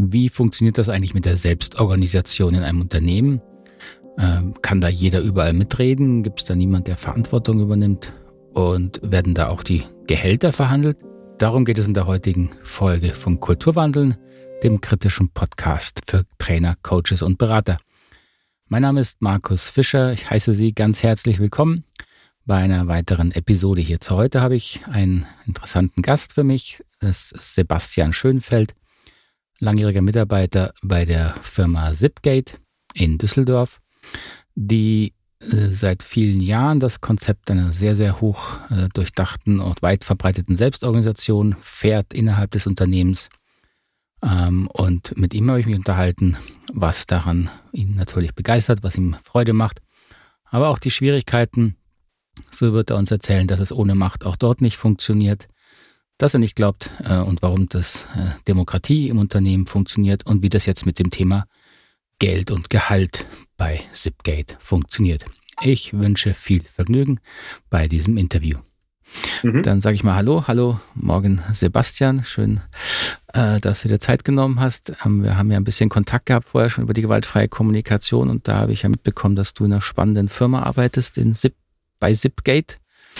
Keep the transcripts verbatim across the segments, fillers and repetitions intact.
Wie funktioniert das eigentlich mit der Selbstorganisation in einem Unternehmen? Ähm, kann da jeder überall mitreden? Gibt es da niemand, der Verantwortung übernimmt? Und werden da auch die Gehälter verhandelt? Darum geht es in der heutigen Folge von Kulturwandeln, dem kritischen Podcast für Trainer, Coaches und Berater. Mein Name ist Markus Fischer. Ich heiße Sie ganz herzlich willkommen bei einer weiteren Episode hier. Zu heute habe ich einen interessanten Gast für mich. Das ist Sebastian Schönfeld, langjähriger Mitarbeiter bei der Firma Zipgate in Düsseldorf, die äh, seit vielen Jahren das Konzept einer sehr, sehr hoch äh, durchdachten und weit verbreiteten Selbstorganisation fährt innerhalb des Unternehmens. Ähm, und mit ihm habe ich mich unterhalten, was daran ihn natürlich begeistert, was ihm Freude macht, aber auch die Schwierigkeiten. So wird er uns erzählen, dass es ohne Macht auch dort nicht funktioniert, dass er nicht glaubt äh, und warum das äh, Demokratie im Unternehmen funktioniert und wie das jetzt mit dem Thema Geld und Gehalt bei Zipgate funktioniert. Ich wünsche viel Vergnügen bei diesem Interview. Mhm. Dann sage ich mal Hallo, hallo, morgen Sebastian, schön, äh, dass du dir Zeit genommen hast. Ähm, wir haben ja ein bisschen Kontakt gehabt vorher schon über die gewaltfreie Kommunikation und da habe ich ja mitbekommen, dass du in einer spannenden Firma arbeitest in Zip, bei Zipgate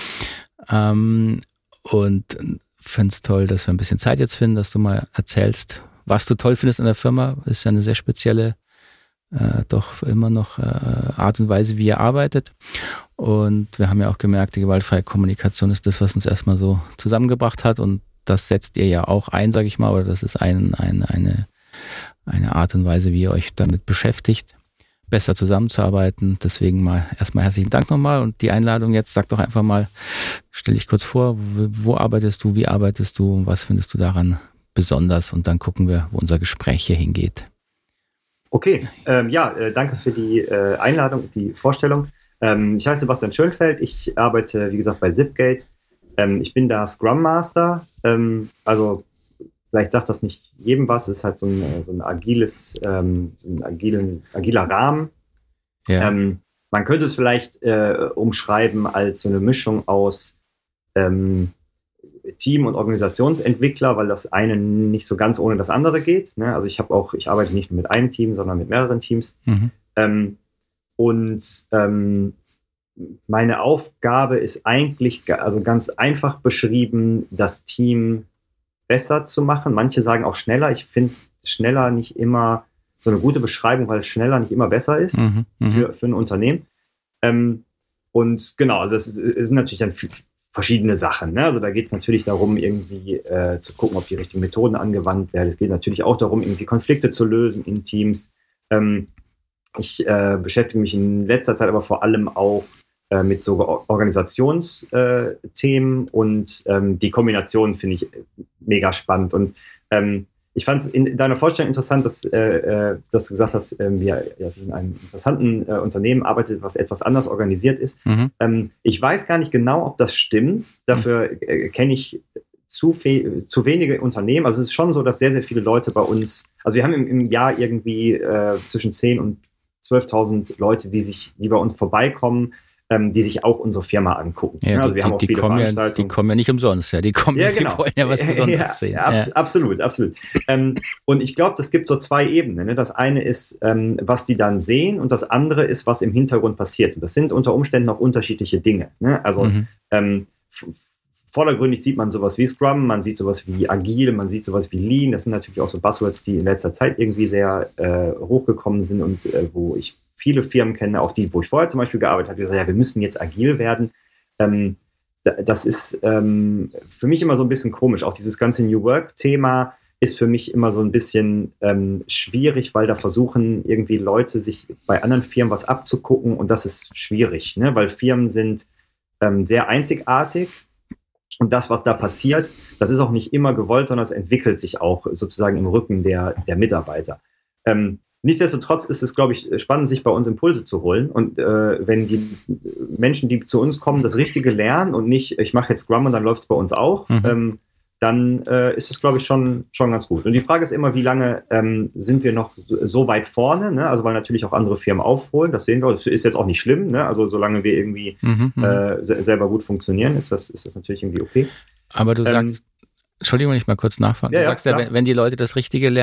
ähm, und finde es toll, dass wir ein bisschen Zeit jetzt finden, dass du mal erzählst, was du toll findest an der Firma. Ist ja eine sehr spezielle, äh, doch immer noch äh, Art und Weise, wie ihr arbeitet. Und wir haben ja auch gemerkt, die gewaltfreie Kommunikation ist das, was uns erstmal so zusammengebracht hat. Und das setzt ihr ja auch ein, sage ich mal, oder das ist ein, ein, eine, eine Art und Weise, wie ihr euch damit beschäftigt, besser zusammenzuarbeiten. Deswegen mal erstmal herzlichen Dank nochmal und die Einladung jetzt. Sag doch einfach mal, stell dich kurz vor, wo, wo arbeitest du, wie arbeitest du und was findest du daran besonders? Und dann gucken wir, wo unser Gespräch hier hingeht. Okay, ähm, ja, äh, danke für die äh, Einladung, die Vorstellung. Ähm, ich heiße Sebastian Schönfeld, ich arbeite, wie gesagt, bei Zipgate. Ähm, ich bin da Scrum Master, ähm, also vielleicht sagt das nicht jedem was, es ist halt so ein, so ein agiles, ähm, so ein agilen, agiler Rahmen. Ja. Ähm, man könnte es vielleicht äh, umschreiben als so eine Mischung aus ähm, Team- und Organisationsentwickler, weil das eine nicht so ganz ohne das andere geht. Ne? Also ich habe auch, ich arbeite nicht nur mit einem Team, sondern mit mehreren Teams. Mhm. Ähm, und ähm, meine Aufgabe ist eigentlich, also ganz einfach beschrieben, das Team besser zu machen. Manche sagen auch schneller. Ich finde schneller nicht immer so eine gute Beschreibung, weil schneller nicht immer besser ist mhm, für, für ein Unternehmen. Ähm, und genau, also es, es sind natürlich dann f- verschiedene Sachen. Ne? Also da geht es natürlich darum, irgendwie äh, zu gucken, ob die richtigen Methoden angewandt werden. Es geht natürlich auch darum, irgendwie Konflikte zu lösen in Teams. Ähm, ich äh, beschäftige mich in letzter Zeit aber vor allem auch mit so Organisationsthemen äh, und ähm, die Kombination finde ich mega spannend. Und ähm, ich fand es in deiner Vorstellung interessant, dass, äh, dass du gesagt hast, äh, wir, dass ich in einem interessanten äh, Unternehmen arbeite, was etwas anders organisiert ist. Mhm. Ähm, ich weiß gar nicht genau, ob das stimmt. Dafür äh, kenne ich zu, fe- zu wenige Unternehmen. Also es ist schon so, dass sehr, sehr viele Leute bei uns, also wir haben im, im Jahr irgendwie äh, zwischen zehn und zwölftausend Leute, die sich, die bei uns vorbeikommen, die sich auch unsere Firma angucken. Ja, also die, wir haben auch die, viele kommen Veranstaltungen. Ja, die kommen ja nicht umsonst, ja. Die kommen, ja, genau. Die wollen ja was Besonderes ja, sehen. Abs- ja. Absolut, absolut. ähm, und ich glaube, das gibt so zwei Ebenen. Ne? Das eine ist, ähm, was die dann sehen und das andere ist, was im Hintergrund passiert. Und das sind unter Umständen auch unterschiedliche Dinge. Ne? Also mhm. ähm, f- vordergründig sieht man sowas wie Scrum, man sieht sowas wie Agile, man sieht sowas wie Lean. Das sind natürlich auch so Buzzwords, die in letzter Zeit irgendwie sehr äh, hochgekommen sind und äh, wo ich viele Firmen kenne, auch die, wo ich vorher zum Beispiel gearbeitet habe, die gesagt, ja, wir müssen jetzt agil werden. Ähm, das ist ähm, für mich immer so ein bisschen komisch. Auch dieses ganze New Work-Thema ist für mich immer so ein bisschen ähm, schwierig, weil da versuchen irgendwie Leute, sich bei anderen Firmen was abzugucken und das ist schwierig, ne? Weil Firmen sind ähm, sehr einzigartig und das, was da passiert, das ist auch nicht immer gewollt, sondern es entwickelt sich auch sozusagen im Rücken der, der Mitarbeiter. Ähm, Nichtsdestotrotz ist es, glaube ich, spannend, sich bei uns Impulse zu holen. Und äh, wenn die Menschen, die zu uns kommen, das Richtige lernen und nicht, ich mache jetzt Scrum und dann läuft es bei uns auch, mhm. ähm, dann äh, ist es, glaube ich, schon, schon ganz gut. Und die Frage ist immer, wie lange ähm, sind wir noch so weit vorne? Ne? Also weil natürlich auch andere Firmen aufholen, das sehen wir. Das ist jetzt auch nicht schlimm. Ne? Also solange wir irgendwie mhm. äh, selber gut funktionieren, ist das, ist das natürlich irgendwie okay. Aber du sagst, ähm, Entschuldigung, wenn ich mal kurz nachfragen. Ja, du sagst ja, ja wenn, wenn die Leute das Richtige lernen,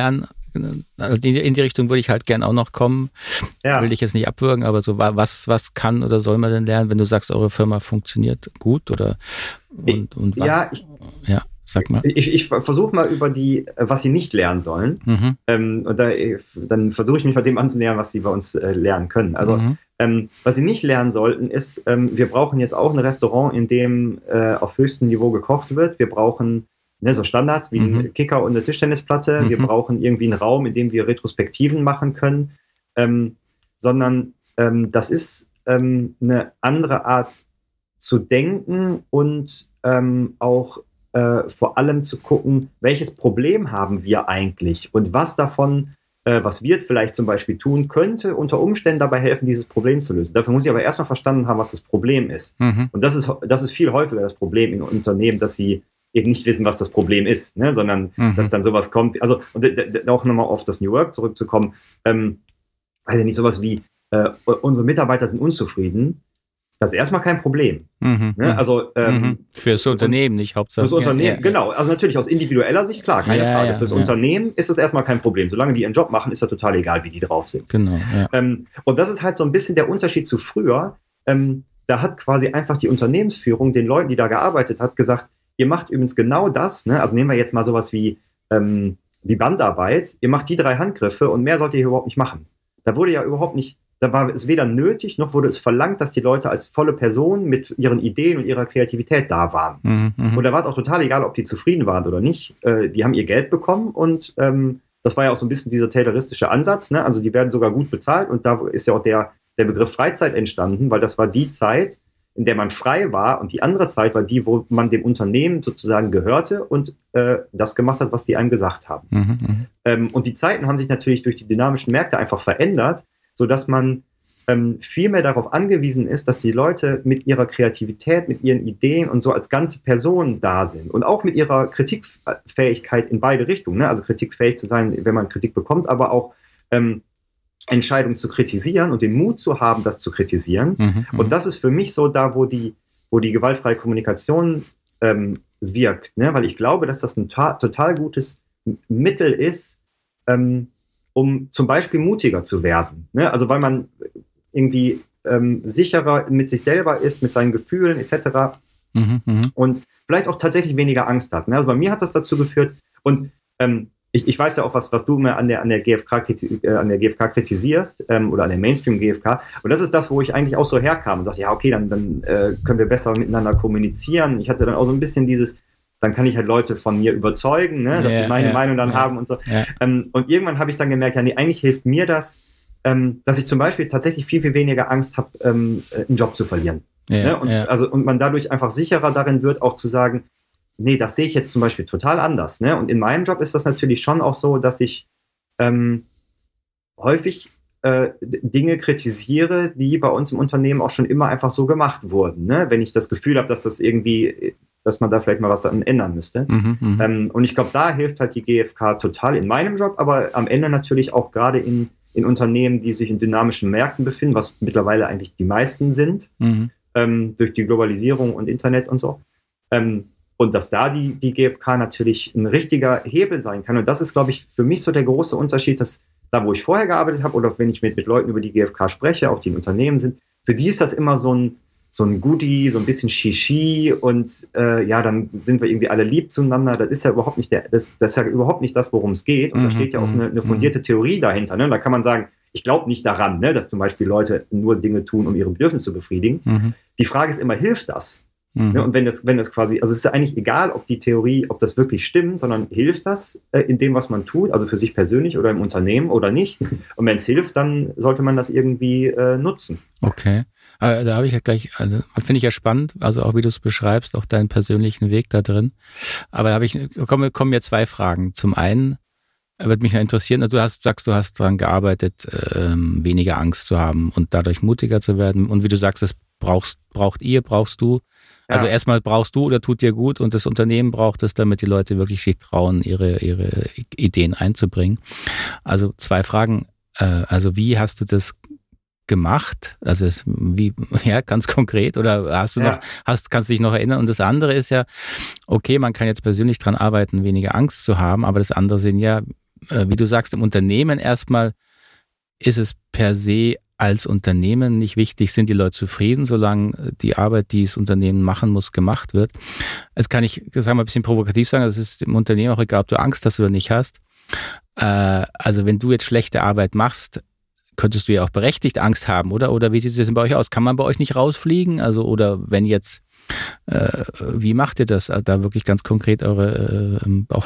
also in die Richtung würde ich halt gern auch noch kommen. Ja. Will ich jetzt nicht abwürgen, aber so was, was kann oder soll man denn lernen, wenn du sagst, eure Firma funktioniert gut oder und, und was? Ja, ich, ja, sag mal. Ich, ich versuche mal über die, was sie nicht lernen sollen. Mhm. Ähm, und da, dann versuche ich mich bei dem anzunähern, was sie bei uns äh, lernen können. Also mhm. ähm, was sie nicht lernen sollten, ist, ähm, wir brauchen jetzt auch ein Restaurant, in dem äh, auf höchstem Niveau gekocht wird. Wir brauchen Ne, so Standards wie mhm. ein Kicker und eine Tischtennisplatte. Mhm. Wir brauchen irgendwie einen Raum, in dem wir Retrospektiven machen können. Ähm, sondern ähm, das ist ähm, eine andere Art zu denken und ähm, auch äh, vor allem zu gucken, welches Problem haben wir eigentlich und was davon, äh, was wir vielleicht zum Beispiel tun, könnte unter Umständen dabei helfen, dieses Problem zu lösen. Dafür muss ich aber erstmal verstanden haben, was das Problem ist. Mhm. Und das ist, das ist viel häufiger das Problem in Unternehmen, dass sie eben nicht wissen, was das Problem ist, ne? Sondern mhm. dass dann sowas kommt, also und d- d- auch nochmal auf das New Work zurückzukommen, ähm, also nicht sowas wie, äh, unsere Mitarbeiter sind unzufrieden, das ist erstmal kein Problem. Mhm. Ne? Also ähm, mhm. fürs Unternehmen, nicht hauptsächlich. Fürs Unternehmen, ja, ja, genau, also natürlich aus individueller Sicht, klar, keine ja, Frage. Ja, fürs ja. Unternehmen ist das erstmal kein Problem. Solange die ihren Job machen, ist das total egal, wie die drauf sind. Genau. Ja. Ähm, und das ist halt so ein bisschen der Unterschied zu früher. Ähm, da hat quasi einfach die Unternehmensführung den Leuten, die da gearbeitet hat, gesagt, ihr macht übrigens genau das, ne? Also nehmen wir jetzt mal sowas wie, ähm, wie Bandarbeit, ihr macht die drei Handgriffe und mehr sollt ihr hier überhaupt nicht machen. Da wurde ja überhaupt nicht, da war es weder nötig, noch wurde es verlangt, dass die Leute als volle Person mit ihren Ideen und ihrer Kreativität da waren. Mhm, und da war es auch total egal, ob die zufrieden waren oder nicht. Äh, die haben ihr Geld bekommen und ähm, das war ja auch so ein bisschen dieser tayloristische Ansatz, ne? Also die werden sogar gut bezahlt und da ist ja auch der, der Begriff Freizeit entstanden, weil das war die Zeit, in der man frei war und die andere Zeit war die, wo man dem Unternehmen sozusagen gehörte und äh, das gemacht hat, was die einem gesagt haben. Mhm, ähm, und die Zeiten haben sich natürlich durch die dynamischen Märkte einfach verändert, sodass man ähm, viel mehr darauf angewiesen ist, dass die Leute mit ihrer Kreativität, mit ihren Ideen und so als ganze Person da sind und auch mit ihrer Kritikfähigkeit in beide Richtungen, ne? Also kritikfähig zu sein, wenn man Kritik bekommt, aber auch ähm, Entscheidungen zu kritisieren und den Mut zu haben, das zu kritisieren. Mhm, und das ist für mich so da, wo die, wo die gewaltfreie Kommunikation ähm, wirkt, ne? Weil ich glaube, dass das ein ta- total gutes Mittel ist, ähm, um zum Beispiel mutiger zu werden. Ne? Also weil man irgendwie ähm, sicherer mit sich selber ist, mit seinen Gefühlen et cetera. Mhm, und vielleicht auch tatsächlich weniger Angst hat. Ne? Also bei mir hat das dazu geführt und ähm, Ich, ich weiß ja auch, was, was du immer an der, an der G F K, äh, an der G F K kritisierst ähm, oder an der Mainstream-G F K. Und das ist das, wo ich eigentlich auch so herkam und sagte, ja, okay, dann, dann äh, können wir besser miteinander kommunizieren. Ich hatte dann auch so ein bisschen dieses, dann kann ich halt Leute von mir überzeugen, ne, dass ja, sie meine ja, Meinung dann ja, haben und so. Ja. Ähm, und irgendwann habe ich dann gemerkt, ja, nee, eigentlich hilft mir das, ähm, dass ich zum Beispiel tatsächlich viel, viel weniger Angst habe, ähm, einen Job zu verlieren. Ja, ne? Und, ja. also, und man dadurch einfach sicherer darin wird, auch zu sagen, nee, das sehe ich jetzt zum Beispiel total anders. Ne? Und in meinem Job ist das natürlich schon auch so, dass ich ähm, häufig äh, Dinge kritisiere, die bei uns im Unternehmen auch schon immer einfach so gemacht wurden. Ne? Wenn ich das Gefühl habe, dass das irgendwie, dass man da vielleicht mal was ändern müsste. Mhm, ähm, und ich glaube, da hilft halt die G F K total in meinem Job, aber am Ende natürlich auch gerade in, in Unternehmen, die sich in dynamischen Märkten befinden, was mittlerweile eigentlich die meisten sind, mhm. ähm, durch die Globalisierung und Internet und so. Ähm, Und dass da die, die G F K natürlich ein richtiger Hebel sein kann. Und das ist, glaube ich, für mich so der große Unterschied, dass da, wo ich vorher gearbeitet habe oder wenn ich mit, mit Leuten über die G F K spreche, auch die in Unternehmen sind, für die ist das immer so ein, so ein Goodie, so ein bisschen Shishi und äh, ja, dann sind wir irgendwie alle lieb zueinander. Das ist ja überhaupt nicht, der, das, das ist ja überhaupt nicht das, worum es geht. Und mhm, da steht ja auch eine, eine fundierte mhm. Theorie dahinter. Ne? Da kann man sagen, ich glaube nicht daran, ne, dass zum Beispiel Leute nur Dinge tun, um ihre Bedürfnisse zu befriedigen. Mhm. Die Frage ist immer, hilft das? Mhm. Ja, und wenn das, wenn das quasi, also es ist ja eigentlich egal, ob die Theorie, ob das wirklich stimmt, sondern hilft das äh, in dem, was man tut, also für sich persönlich oder im Unternehmen oder nicht. Und wenn es hilft, dann sollte man das irgendwie äh, nutzen. Okay. Aber da habe ich ja gleich, also finde ich ja spannend, also auch wie du es beschreibst, auch deinen persönlichen Weg da drin. Aber da habe ich, kommen, kommen mir zwei Fragen. Zum einen würde mich interessieren, also du hast, sagst, du hast daran gearbeitet, ähm, weniger Angst zu haben und dadurch mutiger zu werden. Und wie du sagst, das brauchst, braucht ihr, brauchst du. Also ja. erstmal brauchst du oder tut dir gut und das Unternehmen braucht es, damit die Leute wirklich sich trauen, ihre, ihre Ideen einzubringen. Also zwei Fragen. Äh, also wie hast du das gemacht? Also es, wie, ja, ganz konkret oder hast du ja. noch, hast, kannst du dich noch erinnern? Und das andere ist ja, okay, man kann jetzt persönlich dran arbeiten, weniger Angst zu haben, aber das andere sind ja äh, wie du sagst, im Unternehmen erstmal ist es per se als Unternehmen nicht wichtig, sind die Leute zufrieden, solange die Arbeit, die das Unternehmen machen muss, gemacht wird. Jetzt kann ich, sagen wir mal ein bisschen provokativ sagen, das ist im Unternehmen auch egal, ob du Angst hast oder nicht hast. Äh, also wenn du jetzt schlechte Arbeit machst, könntest du ja auch berechtigt Angst haben, oder? Oder wie sieht es denn bei euch aus? Kann man bei euch nicht rausfliegen? Also, oder wenn jetzt, äh, wie macht ihr das? Da wirklich ganz konkret eure äh, auch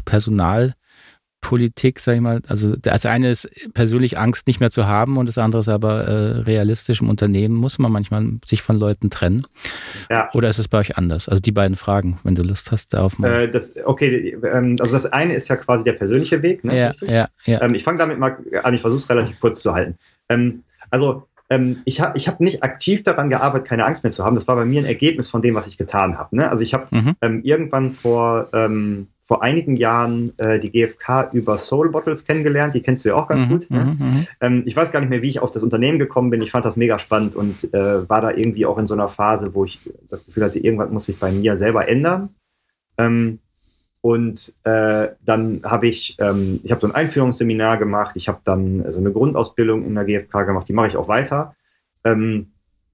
Personalpolitik, sag ich mal. Also das eine ist persönlich Angst nicht mehr zu haben und das andere ist aber äh, realistisch im Unternehmen muss man manchmal sich von Leuten trennen. Ja. Oder ist es bei euch anders? Also die beiden Fragen, wenn du Lust hast, darauf mal. Äh, das, okay, ähm, also das eine ist ja quasi der persönliche Weg. Ne? Ja, ja, ja. Ähm, ich fange damit mal an, ich versuche es relativ kurz zu halten. Ähm, also ähm, ich habe ich hab nicht aktiv daran gearbeitet, keine Angst mehr zu haben. Das war bei mir ein Ergebnis von dem, was ich getan habe. Ne? Also ich habe mhm. ähm, irgendwann vor, ähm, vor einigen Jahren äh, die G F K über Soul Bottles kennengelernt. Die kennst du ja auch ganz mhm, gut. Ne? Mhm. Ähm, ich weiß gar nicht mehr, wie ich auf das Unternehmen gekommen bin. Ich fand das mega spannend und äh, war da irgendwie auch in so einer Phase, wo ich das Gefühl hatte, irgendwas muss sich bei mir selber ändern. Ähm, Und äh, dann habe ich, ähm, ich habe so ein Einführungsseminar gemacht, ich habe dann so eine Grundausbildung in der G F K gemacht, die mache ich auch weiter. Ähm,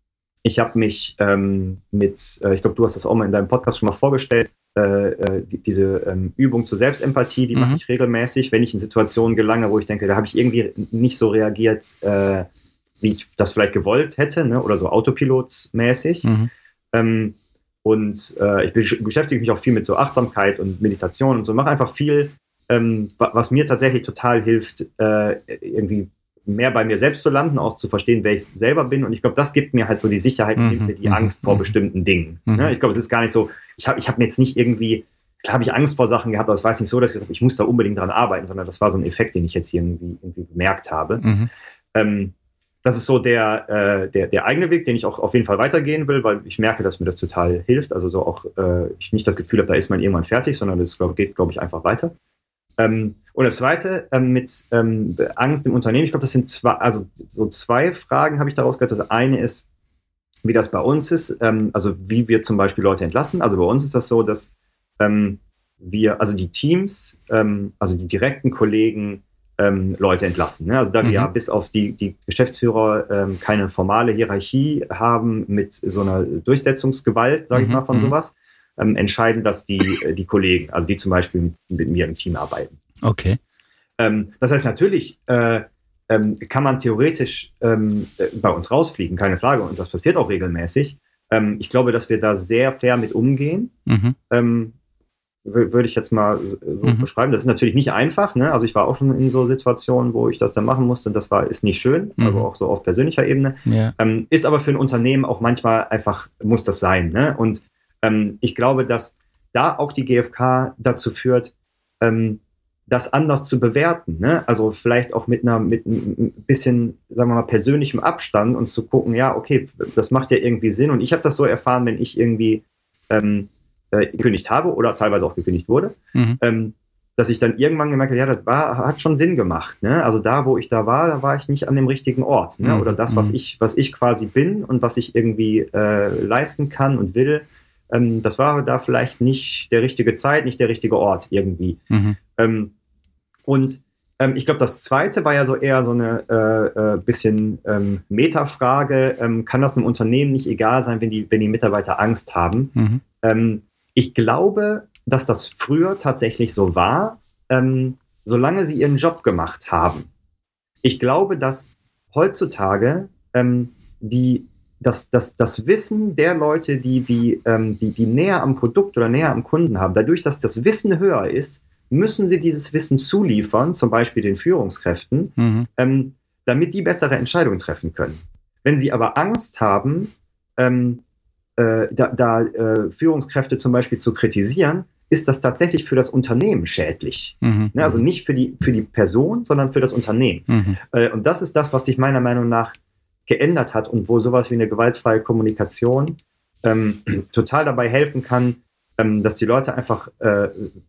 ich habe mich ähm, mit, äh, ich glaube, du hast das auch mal in deinem Podcast schon mal vorgestellt, äh, äh, die, diese ähm, Übung zur Selbstempathie, die mhm. mache ich regelmäßig, wenn ich in Situationen gelange, wo ich denke, da habe ich irgendwie nicht so reagiert, äh, wie ich das vielleicht gewollt hätte, ne? Oder so autopilotmäßig. Mhm. Ähm, Und äh, ich beschäftige mich auch viel mit so Achtsamkeit und Meditation und so, mache einfach viel, ähm, was mir tatsächlich total hilft, äh, irgendwie mehr bei mir selbst zu landen, auch zu verstehen, wer ich selber bin. Und ich glaube, das gibt mir halt so die Sicherheit und nimmt mir die Angst vor bestimmten Dingen. Mhm. Ne? Ich glaube, es ist gar nicht so, ich habe ich hab mir jetzt nicht irgendwie, klar habe ich Angst vor Sachen gehabt, aber es war jetzt nicht so, dass ich gesagt habe, ich muss da unbedingt dran arbeiten, sondern das war so ein Effekt, den ich jetzt hier irgendwie, irgendwie bemerkt habe. Mhm. Ähm, Das ist so der, äh, der, der eigene Weg, den ich auch auf jeden Fall weitergehen will, weil ich merke, dass mir das total hilft. Also so auch äh, ich nicht das Gefühl habe, da ist man irgendwann fertig, sondern das glaub, geht, glaube ich, einfach weiter. Ähm, und das Zweite ähm, mit ähm, Angst im Unternehmen, ich glaube, das sind zwei, also so zwei Fragen habe ich daraus gehört. Das eine ist, wie das bei uns ist, ähm, also wie wir zum Beispiel Leute entlassen. Also bei uns ist das so, dass ähm, wir, also die Teams, ähm, also die direkten Kollegen, Ähm, Leute entlassen. Ne? Also da mhm. wir ja bis auf die, die Geschäftsführer ähm, keine formale Hierarchie haben mit so einer Durchsetzungsgewalt, sage mhm. ich mal, von mhm. sowas, ähm, entscheiden das die, die Kollegen, also die zum Beispiel mit, mit mir im Team arbeiten. Okay. Ähm, das heißt, natürlich äh, ähm, kann man theoretisch ähm, bei uns rausfliegen, keine Frage, und das passiert auch regelmäßig. Ähm, ich glaube, dass wir da sehr fair mit umgehen. Mhm. Ähm, würde ich jetzt mal so mhm. beschreiben. Das ist natürlich nicht einfach, ne? Also ich war auch schon in so Situationen, wo ich das dann machen musste und das war, ist nicht schön, mhm. also auch so auf persönlicher Ebene. Ja. Ähm, ist aber für ein Unternehmen auch manchmal einfach, muss das sein, ne? Und ähm, ich glaube, dass da auch die G F K dazu führt, ähm, das anders zu bewerten, ne? Also vielleicht auch mit einer, mit ein bisschen, sagen wir mal, persönlichem Abstand und zu gucken, ja, okay, das macht ja irgendwie Sinn und ich habe das so erfahren, wenn ich irgendwie ähm, gekündigt habe oder teilweise auch gekündigt wurde, mhm. ähm, dass ich dann irgendwann gemerkt habe, ja, das war, hat schon Sinn gemacht. Ne? Also da, wo ich da war, da war ich nicht an dem richtigen Ort. Ne? Mhm. Oder das, was ich, was ich quasi bin und was ich irgendwie äh, leisten kann und will, ähm, das war da vielleicht nicht der richtige Zeit, nicht der richtige Ort irgendwie. Mhm. Ähm, und ähm, ich glaube, das Zweite war ja so eher so eine äh, äh, bisschen ähm, Metafrage, ähm, kann das einem Unternehmen nicht egal sein, wenn die, wenn die Mitarbeiter Angst haben? Mhm. Ähm, Ich glaube, dass das früher tatsächlich so war, ähm, solange sie ihren Job gemacht haben. Ich glaube, dass heutzutage ähm, die, das, das, das Wissen der Leute, die, die, ähm, die, die näher am Produkt oder näher am Kunden haben, dadurch, dass das Wissen höher ist, müssen sie dieses Wissen zuliefern, zum Beispiel den Führungskräften, mhm. ähm, damit die bessere Entscheidungen treffen können. Wenn sie aber Angst haben, ähm, da, da äh, Führungskräfte zum Beispiel zu kritisieren, ist das tatsächlich für das Unternehmen schädlich. Mhm. Ne, also nicht für die, für die Person, sondern für das Unternehmen. Mhm. Äh, und das ist das, was sich meiner Meinung nach geändert hat und wo sowas wie eine gewaltfreie Kommunikation ähm, total dabei helfen kann, ähm, dass die Leute einfach äh,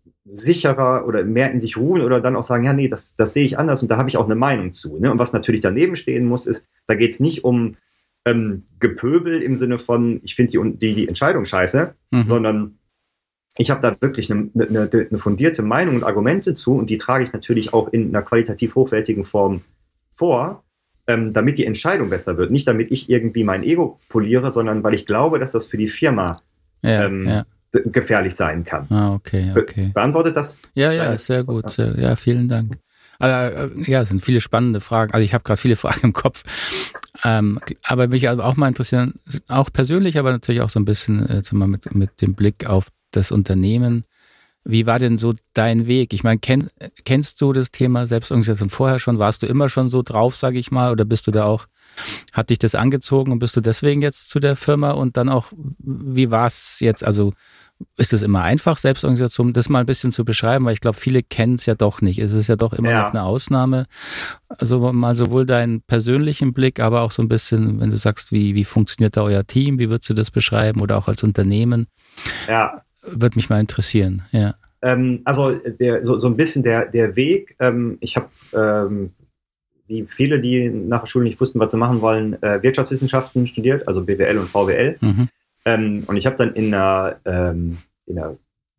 sicherer oder mehr in sich ruhen oder dann auch sagen, ja, nee, das, das sehe ich anders und da habe ich auch eine Meinung zu. Ne? Und was natürlich daneben stehen muss, ist, da geht es nicht um Ähm, Gepöbel im Sinne von, ich finde die, die, die Entscheidung scheiße, mhm. sondern ich habe da wirklich eine, eine, eine fundierte Meinung und Argumente zu und die trage ich natürlich auch in einer qualitativ hochwertigen Form vor, ähm, damit die Entscheidung besser wird. Nicht damit ich irgendwie mein Ego poliere, sondern weil ich glaube, dass das für die Firma ja, ähm, ja. gefährlich sein kann. Ah, okay, okay. Be- beantwortet das? Ja, ja, sehr gut. Sehr, ja, vielen Dank. Also, ja, es sind viele spannende Fragen. Also ich habe gerade viele Fragen im Kopf. Ähm, aber mich also auch mal interessieren, auch persönlich, aber natürlich auch so ein bisschen äh, mal mit, mit dem Blick auf das Unternehmen. Wie war denn so dein Weg? Ich meine, kenn, kennst du das Thema Selbstorganisation vorher schon? Warst du immer schon so drauf, sage ich mal? Oder bist du da auch, hat dich das angezogen und bist du deswegen jetzt zu der Firma? Und dann auch, wie war es jetzt? Also ist es immer einfach, Selbstorganisation, das mal ein bisschen zu beschreiben? Weil ich glaube, viele kennen es ja doch nicht. Es ist ja doch immer Ja. noch eine Ausnahme. Also mal sowohl deinen persönlichen Blick, aber auch so ein bisschen, wenn du sagst, wie, wie funktioniert da euer Team? Wie würdest du das beschreiben? Oder auch als Unternehmen? Ja. Würde mich mal interessieren, ja. Ähm, also der, so, so ein bisschen der, der Weg. Ähm, ich habe, ähm, wie viele, die nach der Schule nicht wussten, was sie machen wollen, äh, Wirtschaftswissenschaften studiert, also B W L und V W L. Mhm. Ähm, und ich habe dann in einer, ähm, in einer,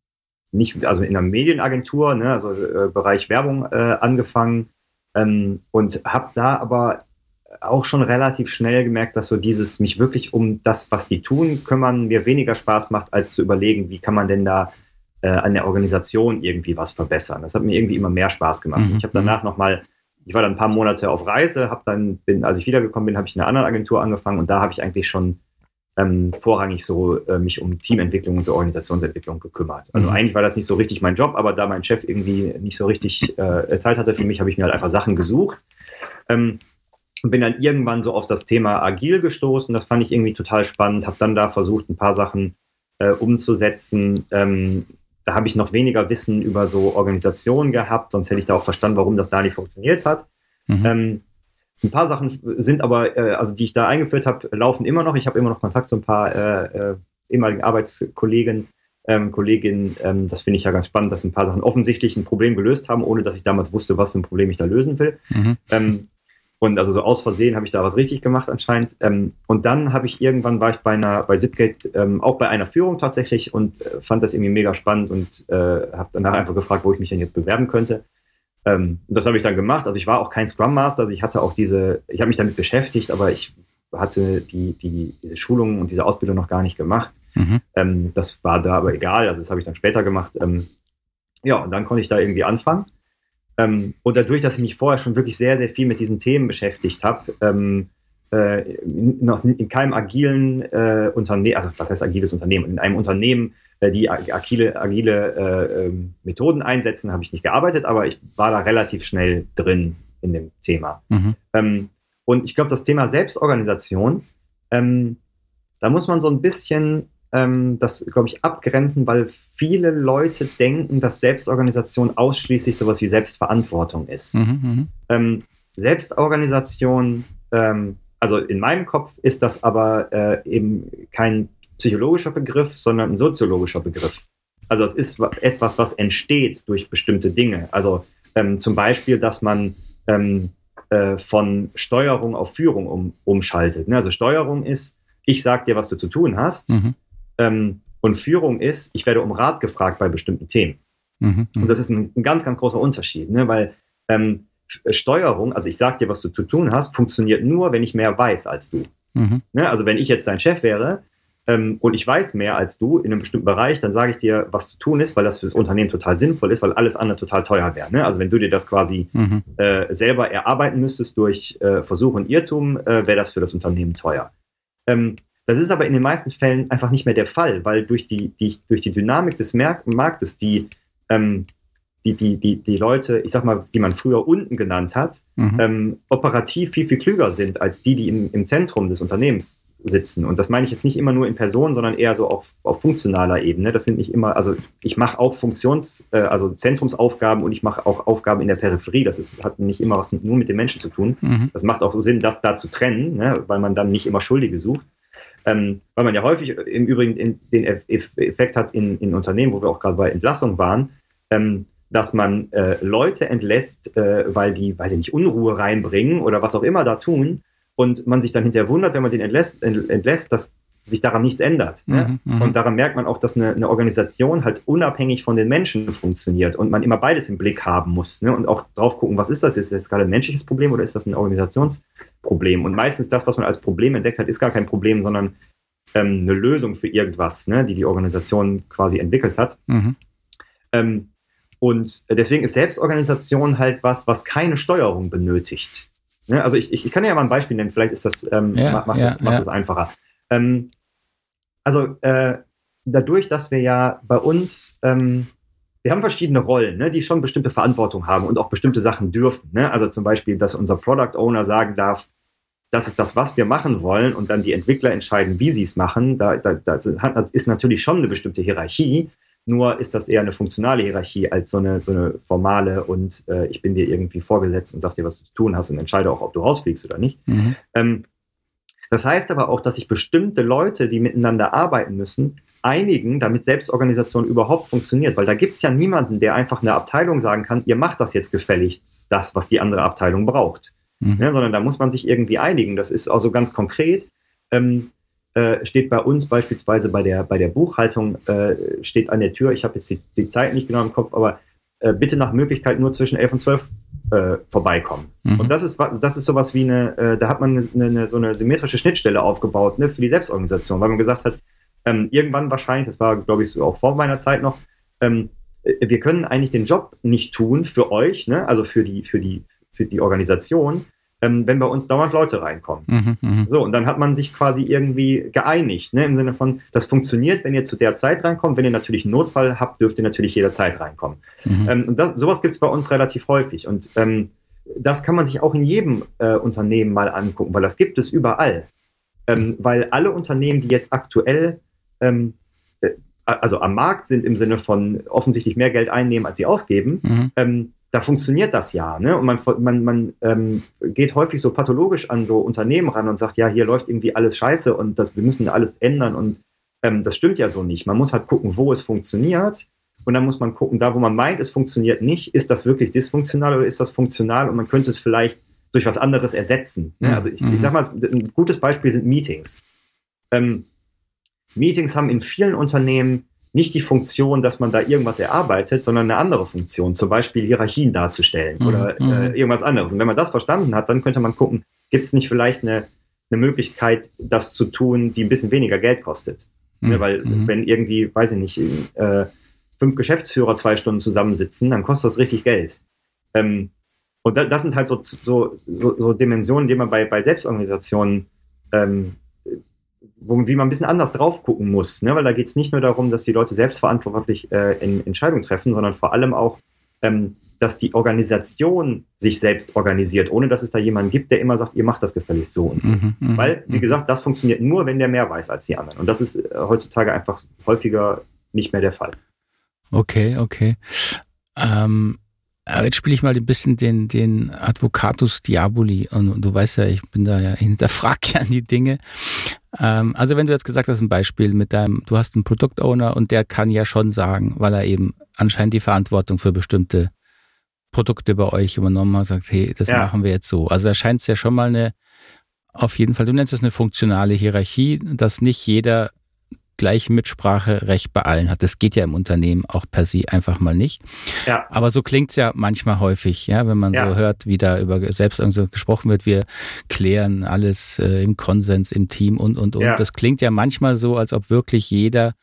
nicht, also in einer Medienagentur, ne, also äh, Bereich Werbung äh, angefangen ähm, und habe da aber auch schon relativ schnell gemerkt, dass so dieses mich wirklich um das, was die tun, kümmern, mir weniger Spaß macht, als zu überlegen, wie kann man denn da äh, an der Organisation irgendwie was verbessern. Das hat mir irgendwie immer mehr Spaß gemacht. Mhm. Ich habe danach nochmal, ich war dann ein paar Monate auf Reise, habe dann, bin, als ich wiedergekommen bin, habe ich in einer anderen Agentur angefangen und da habe ich eigentlich schon ähm, vorrangig so äh, mich um Teamentwicklung und so Organisationsentwicklung gekümmert. Also Mhm. eigentlich war das nicht so richtig mein Job, aber da mein Chef irgendwie nicht so richtig äh, Zeit hatte für mich, habe ich mir halt einfach Sachen gesucht. Ähm, Und bin dann irgendwann so auf das Thema Agil gestoßen. Das fand ich irgendwie total spannend. Habe dann da versucht, ein paar Sachen äh, umzusetzen. Ähm, da habe ich noch weniger Wissen über so Organisationen gehabt. Sonst hätte ich da auch verstanden, warum das da nicht funktioniert hat. Mhm. Ähm, ein paar Sachen sind aber, äh, also die ich da eingeführt habe, laufen immer noch. Ich habe immer noch Kontakt zu ein paar äh, äh, ehemaligen Arbeitskollegen, ähm, Kolleginnen. Ähm, das finde ich ja ganz spannend, dass ein paar Sachen offensichtlich ein Problem gelöst haben, ohne dass ich damals wusste, was für ein Problem ich da lösen will. Mhm. Ähm, Und also so aus Versehen habe ich da was richtig gemacht anscheinend. Ähm, und dann habe ich irgendwann, war ich bei einer, bei Zipgate, ähm, auch bei einer Führung tatsächlich und äh, fand das irgendwie mega spannend und äh, habe danach einfach gefragt, wo ich mich denn jetzt bewerben könnte. Ähm, und das habe ich dann gemacht. Also ich war auch kein Scrum Master, also ich hatte auch diese, ich habe mich damit beschäftigt, aber ich hatte die, die, diese Schulungen und diese Ausbildung noch gar nicht gemacht. Mhm. Ähm, das war da aber egal, also das habe ich dann später gemacht. Ähm, ja, und dann konnte ich da irgendwie anfangen. Ähm, und dadurch, dass ich mich vorher schon wirklich sehr, sehr viel mit diesen Themen beschäftigt habe, ähm, äh, noch in keinem agilen äh, Unternehmen, also was heißt agiles Unternehmen, in einem Unternehmen, äh, die agile, agile äh, äh, Methoden einsetzen, habe ich nicht gearbeitet, aber ich war da relativ schnell drin in dem Thema. Mhm. Ähm, und ich glaube, das Thema Selbstorganisation, ähm, da muss man so ein bisschen das, glaube ich, abgrenzen, weil viele Leute denken, dass Selbstorganisation ausschließlich sowas wie Selbstverantwortung ist. Mhm, ähm, Selbstorganisation, ähm, also in meinem Kopf ist das aber äh, eben kein psychologischer Begriff, sondern ein soziologischer Begriff. Also es ist etwas, was entsteht durch bestimmte Dinge. Also ähm, zum Beispiel, dass man ähm, äh, von Steuerung auf Führung um, umschaltet. Ne? Also Steuerung ist, ich sag dir, was du zu tun hast. Mhm. Ähm, und Führung ist, ich werde um Rat gefragt bei bestimmten Themen. Mhm, und das ist ein, ein ganz, ganz großer Unterschied, ne? Weil ähm, Steuerung, also ich sage dir, was du zu tun hast, funktioniert nur, wenn ich mehr weiß als du. Mhm. Ne? Also wenn ich jetzt dein Chef wäre ähm, und ich weiß mehr als du in einem bestimmten Bereich, dann sage ich dir, was zu tun ist, weil das für das Unternehmen total sinnvoll ist, weil alles andere total teuer wäre. Ne? Also wenn du dir das quasi mhm. äh, selber erarbeiten müsstest durch äh, Versuch und Irrtum, äh, wäre das für das Unternehmen teuer. Ähm, Das ist aber in den meisten Fällen einfach nicht mehr der Fall, weil durch die, die, durch die Dynamik des Marktes die, ähm, die, die, die, die Leute, ich sag mal, die man früher unten genannt hat, mhm. ähm, operativ viel, viel klüger sind als die, die im, im Zentrum des Unternehmens sitzen. Und das meine ich jetzt nicht immer nur in Person, sondern eher so auf, auf funktionaler Ebene. Das sind nicht immer, also ich mache auch Funktions-, äh, also Zentrumsaufgaben und ich mache auch Aufgaben in der Peripherie. Das ist, hat nicht immer was nur mit den Menschen zu tun. Mhm. Das macht auch Sinn, das da zu trennen, ne, weil man dann nicht immer Schuldige sucht. Ähm, weil man ja häufig im Übrigen in, den Effekt hat in, in Unternehmen, wo wir auch gerade bei Entlassung waren, ähm, dass man äh, Leute entlässt, äh, weil die, weiß ich nicht, Unruhe reinbringen oder was auch immer da tun und man sich dann hinterher wundert, wenn man den entlässt, entlässt dass sich daran nichts ändert. Ne? Mhm, und daran merkt man auch, dass eine, eine Organisation halt unabhängig von den Menschen funktioniert und man immer beides im Blick haben muss. Ne? Und auch drauf gucken, was ist das? Ist das gerade ein menschliches Problem oder ist das ein Organisationsproblem? Und meistens das, was man als Problem entdeckt hat, ist gar kein Problem, sondern ähm, eine Lösung für irgendwas, ne? die die Organisation quasi entwickelt hat. Mhm. Ähm, und deswegen ist Selbstorganisation halt was, was keine Steuerung benötigt. Ne? Also ich, ich, ich kann ja mal ein Beispiel nennen, vielleicht ist das, ähm, ja, macht, ja, das, macht ja. das einfacher. Ähm, also äh, dadurch, dass wir ja bei uns, ähm, wir haben verschiedene Rollen, ne, die schon bestimmte Verantwortung haben und auch bestimmte Sachen dürfen. Ne? Also zum Beispiel, dass unser Product Owner sagen darf, das ist das, was wir machen wollen und dann die Entwickler entscheiden, wie sie es machen. Da, da, das ist natürlich schon eine bestimmte Hierarchie, nur ist das eher eine funktionale Hierarchie als so eine, so eine formale und äh, ich bin dir irgendwie vorgesetzt und sag dir, was du zu tun hast und entscheide auch, ob du rausfliegst oder nicht. Mhm. Ähm, Das heißt aber auch, dass sich bestimmte Leute, die miteinander arbeiten müssen, einigen, damit Selbstorganisation überhaupt funktioniert. Weil da gibt es ja niemanden, der einfach eine Abteilung sagen kann, ihr macht das jetzt gefälligst, das, was die andere Abteilung braucht. Mhm. Ja, sondern da muss man sich irgendwie einigen. Das ist also ganz konkret. Ähm, äh, steht bei uns beispielsweise bei der, bei der Buchhaltung, äh, steht an der Tür, ich habe jetzt die, die Zeit nicht genau im Kopf, aber äh, bitte nach Möglichkeit nur zwischen elf und zwölf Äh, vorbeikommen. Mhm. Und das ist, das ist sowas wie eine, äh, da hat man eine, eine, so eine symmetrische Schnittstelle aufgebaut, ne, für die Selbstorganisation, weil man gesagt hat, ähm, irgendwann wahrscheinlich, das war, glaube ich, so auch vor meiner Zeit noch, ähm, wir können eigentlich den Job nicht tun für euch, ne, also für die, für die, für die Organisation, ähm, wenn bei uns dauernd Leute reinkommen. Mhm, mh. So, und dann hat man sich quasi irgendwie geeinigt, ne, im Sinne von, das funktioniert, wenn ihr zu der Zeit reinkommt, wenn ihr natürlich einen Notfall habt, dürft ihr natürlich jederzeit reinkommen. Mhm. Ähm, und das, sowas gibt es bei uns relativ häufig und ähm, das kann man sich auch in jedem äh, Unternehmen mal angucken, weil das gibt es überall. Ähm, mhm. Weil alle Unternehmen, die jetzt aktuell ähm, äh, also am Markt sind im Sinne von offensichtlich mehr Geld einnehmen, als sie ausgeben, mhm. ähm, da funktioniert das ja. Ne? Und man, man, man ähm, geht häufig so pathologisch an so Unternehmen ran und sagt, ja, hier läuft irgendwie alles scheiße und das, wir müssen alles ändern. Und ähm, das stimmt ja so nicht. Man muss halt gucken, wo es funktioniert. Und dann muss man gucken, da wo man meint, es funktioniert nicht, ist das wirklich dysfunktional oder ist das funktional? Und man könnte es vielleicht durch was anderes ersetzen. Ne? Also ich, mhm. ich sag mal, ein gutes Beispiel sind Meetings. Ähm, Meetings haben in vielen Unternehmen nicht die Funktion, dass man da irgendwas erarbeitet, sondern eine andere Funktion, zum Beispiel Hierarchien darzustellen mhm. oder äh, irgendwas anderes. Und wenn man das verstanden hat, dann könnte man gucken, gibt es nicht vielleicht eine, eine Möglichkeit, das zu tun, die ein bisschen weniger Geld kostet. Mhm. Ja, weil mhm. wenn irgendwie, weiß ich nicht, äh, fünf Geschäftsführer zwei Stunden zusammensitzen, dann kostet das richtig Geld. Ähm, und da, das sind halt so, so, so, so Dimensionen, die man bei, bei Selbstorganisationen ähm, Wo, wie man ein bisschen anders drauf gucken muss, ne? Weil da geht es nicht nur darum, dass die Leute selbstverantwortlich äh, in, Entscheidungen treffen, sondern vor allem auch, ähm, dass die Organisation sich selbst organisiert, ohne dass es da jemanden gibt, der immer sagt, ihr macht das gefälligst so und so. Mhm, mh, Weil, wie mh. gesagt, das funktioniert nur, wenn der mehr weiß als die anderen. Und das ist äh, heutzutage einfach häufiger nicht mehr der Fall. Okay, okay. Ähm, aber jetzt spiele ich mal ein bisschen den, den Advocatus Diaboli und, und du weißt ja, ich bin da ja, hinterfrag ja die Dinge. Ähm, also wenn du jetzt gesagt hast, ein Beispiel mit deinem, du hast einen Product Owner und der kann ja schon sagen, weil er eben anscheinend die Verantwortung für bestimmte Produkte bei euch übernommen hat, sagt, hey, das ja. machen wir jetzt so. Also da scheint es ja schon mal eine, auf jeden Fall, du nennst es eine funktionale Hierarchie, dass nicht jeder gleich Mitspracherecht bei allen hat. Das geht ja im Unternehmen auch per se einfach mal nicht. Ja. Aber so klingt es ja manchmal häufig, ja, wenn man ja. so hört, wie da über Selbstorganisation gesprochen wird, wir klären alles äh, im Konsens, im Team und, und, und. Ja. Das klingt ja manchmal so, als ob wirklich jeder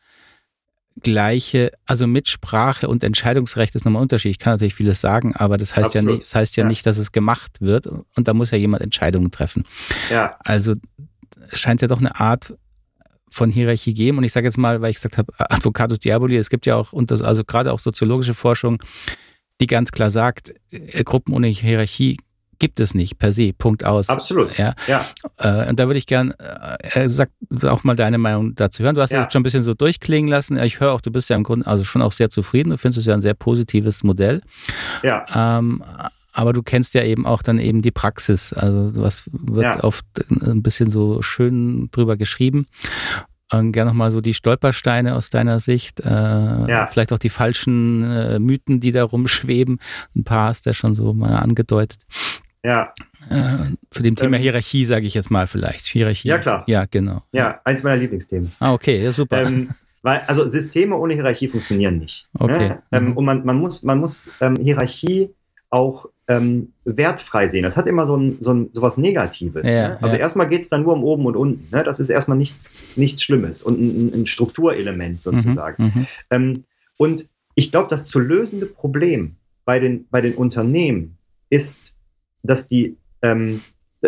gleiche, also Mitsprache und Entscheidungsrecht ist nochmal Unterschied. Ich kann natürlich vieles sagen, aber das heißt Absolut. ja nicht, das heißt ja, ja nicht, dass es gemacht wird und da muss ja jemand Entscheidungen treffen. Ja. Also scheint es ja doch eine Art von Hierarchie geben. Und ich sage jetzt mal, weil ich gesagt habe, Advocatus Diaboli, es gibt ja auch, unter, also gerade auch soziologische Forschung, die ganz klar sagt, Gruppen ohne Hierarchie gibt es nicht, per se, Punkt aus. Absolut, ja. ja. Und da würde ich gern, äh, sag auch mal deine Meinung dazu hören. Du hast ja. das schon ein bisschen so durchklingen lassen. Ich höre auch, du bist ja im Grunde also schon auch sehr zufrieden. Du findest es ja ein sehr positives Modell. Ja. Ähm, aber du kennst ja eben auch dann eben die Praxis. Also was wird ja. oft ein bisschen so schön drüber geschrieben. Und gerne nochmal so die Stolpersteine aus deiner Sicht. Äh, ja. Vielleicht auch die falschen äh, Mythen, die da rumschweben. Ein paar hast du ja schon so mal angedeutet. Ja. Äh, zu dem Thema ähm, Hierarchie sage ich jetzt mal vielleicht. Hierarchie. Ja, klar. Ja, genau. Ja, eins meiner Lieblingsthemen. Ah, okay, ja, super. Ähm, weil, also Systeme ohne Hierarchie funktionieren nicht. Okay. Ne? Ähm, mhm. Und man, man muss, man muss ähm, Hierarchie auch ähm, wertfrei sehen. Das hat immer so, ein, so, ein, so was Negatives. Ja, ne? Also ja. erstmal geht es dann nur um oben und unten. Ne? Das ist erstmal nichts, nichts Schlimmes und ein, ein Strukturelement sozusagen. Mhm, ähm, und ich glaube, das zu lösende Problem bei den, bei den Unternehmen ist, dass die ähm,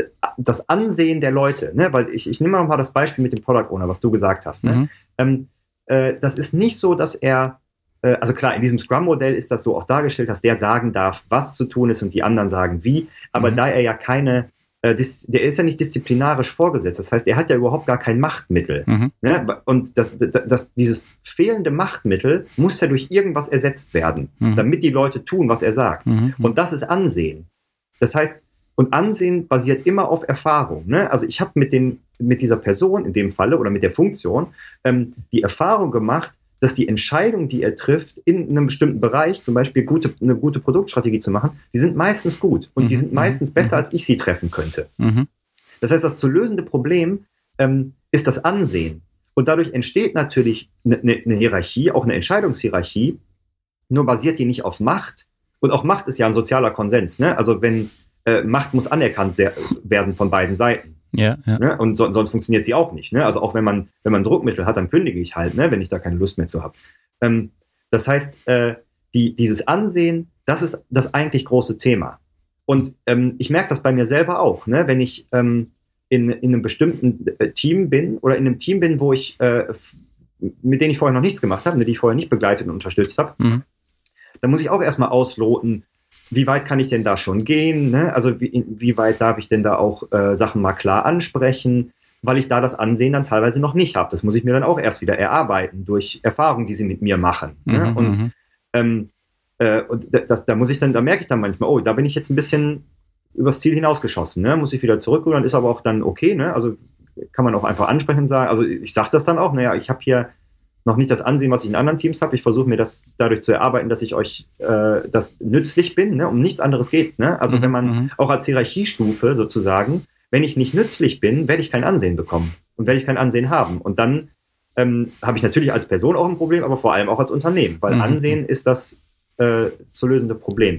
das Ansehen der Leute, ne? Weil ich, ich nehme mal das Beispiel mit dem Product Owner, was du gesagt hast. Ne? Mhm. Ähm, äh, das ist nicht so, dass er Also klar, in diesem Scrum-Modell ist das so auch dargestellt, dass der sagen darf, was zu tun ist und die anderen sagen wie. Aber mhm. da er ja keine, äh, dis, der ist ja nicht disziplinarisch vorgesetzt. Das heißt, er hat ja überhaupt gar kein Machtmittel. Mhm. Ne? Und das, das, das, dieses fehlende Machtmittel muss ja durch irgendwas ersetzt werden, mhm. damit die Leute tun, was er sagt. Mhm. Und das ist Ansehen. Das heißt, und Ansehen basiert immer auf Erfahrung. Ne? Also ich habe mit, mit dieser Person in dem Falle oder mit der Funktion ähm, die Erfahrung gemacht, dass die Entscheidungen, die er trifft, in einem bestimmten Bereich, zum Beispiel gute, eine gute Produktstrategie zu machen, die sind meistens gut und mhm. die sind meistens mhm. besser, als ich sie treffen könnte. Mhm. Das heißt, das zu lösende Problem ähm, ist das Ansehen. Und dadurch entsteht natürlich eine, eine Hierarchie, auch eine Entscheidungshierarchie, nur basiert die nicht auf Macht. Und auch Macht ist ja ein sozialer Konsens. Ne? Also wenn äh, Macht muss anerkannt sehr, werden von beiden Seiten. Ja, ja. Ne? Und so, sonst funktioniert sie auch nicht. Ne? Also auch wenn man, wenn man Druckmittel hat, dann kündige ich halt, ne? Wenn ich da keine Lust mehr zu habe. Ähm, das heißt, äh, die, dieses Ansehen, das ist das eigentlich große Thema. Und ähm, ich merke das bei mir selber auch, ne? Wenn ich ähm, in, in einem bestimmten äh, Team bin oder in einem Team bin, wo ich äh, f- mit denen ich vorher noch nichts gemacht habe, ne, die ich vorher nicht begleitet und unterstützt habe, mhm. dann muss ich auch erstmal ausloten, wie weit kann ich denn da schon gehen? Ne? Also wie, wie weit darf ich denn da auch äh, Sachen mal klar ansprechen? Weil ich da das Ansehen dann teilweise noch nicht habe. Das muss ich mir dann auch erst wieder erarbeiten durch Erfahrungen, die sie mit mir machen. Mhm, ne? Und, ähm, äh, und das, da muss ich dann, da merke ich dann manchmal, oh, da bin ich jetzt ein bisschen übers Ziel hinausgeschossen. Ne? Muss ich wieder zurückrudern, ist aber auch dann okay. Ne? Also kann man auch einfach ansprechen und sagen, also ich sage das dann auch, naja, ich habe hier noch nicht das Ansehen, was ich in anderen Teams habe. Ich versuche mir das dadurch zu erarbeiten, dass ich euch äh, das nützlich bin. Ne? Um nichts anderes geht's. Ne? Also mhm, wenn man mhm. auch als Hierarchiestufe sozusagen, wenn ich nicht nützlich bin, werde ich kein Ansehen bekommen und werde ich kein Ansehen haben. Und dann ähm, habe ich natürlich als Person auch ein Problem, aber vor allem auch als Unternehmen, weil mhm. Ansehen ist das äh, zu lösende Problem.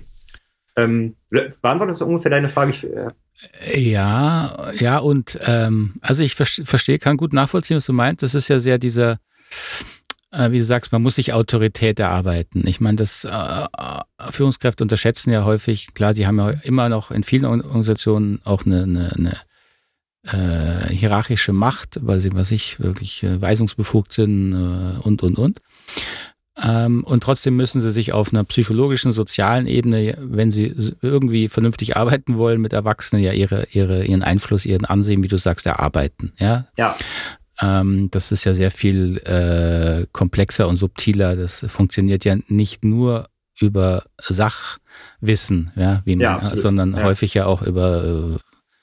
Ähm, beantwortest du ungefähr deine Frage? Ich, äh ja, ja und ähm, also ich verstehe, kann gut nachvollziehen, was du meinst. Das ist ja sehr dieser wie du sagst, man muss sich Autorität erarbeiten. Ich meine, das äh, Führungskräfte unterschätzen ja häufig, klar, sie haben ja immer noch in vielen Organisationen auch eine, eine, eine äh, hierarchische Macht, weil sie, was ich, wirklich äh, weisungsbefugt sind äh, und, und, und. Ähm, und trotzdem müssen sie sich auf einer psychologischen, sozialen Ebene, wenn sie irgendwie vernünftig arbeiten wollen mit Erwachsenen, ja ihre, ihre, ihren Einfluss, ihren Ansehen, wie du sagst, erarbeiten. Ja. Ja. Das ist ja sehr viel äh, komplexer und subtiler. Das funktioniert ja nicht nur über Sachwissen, ja, wie man, ja, sondern ja. häufig ja auch über,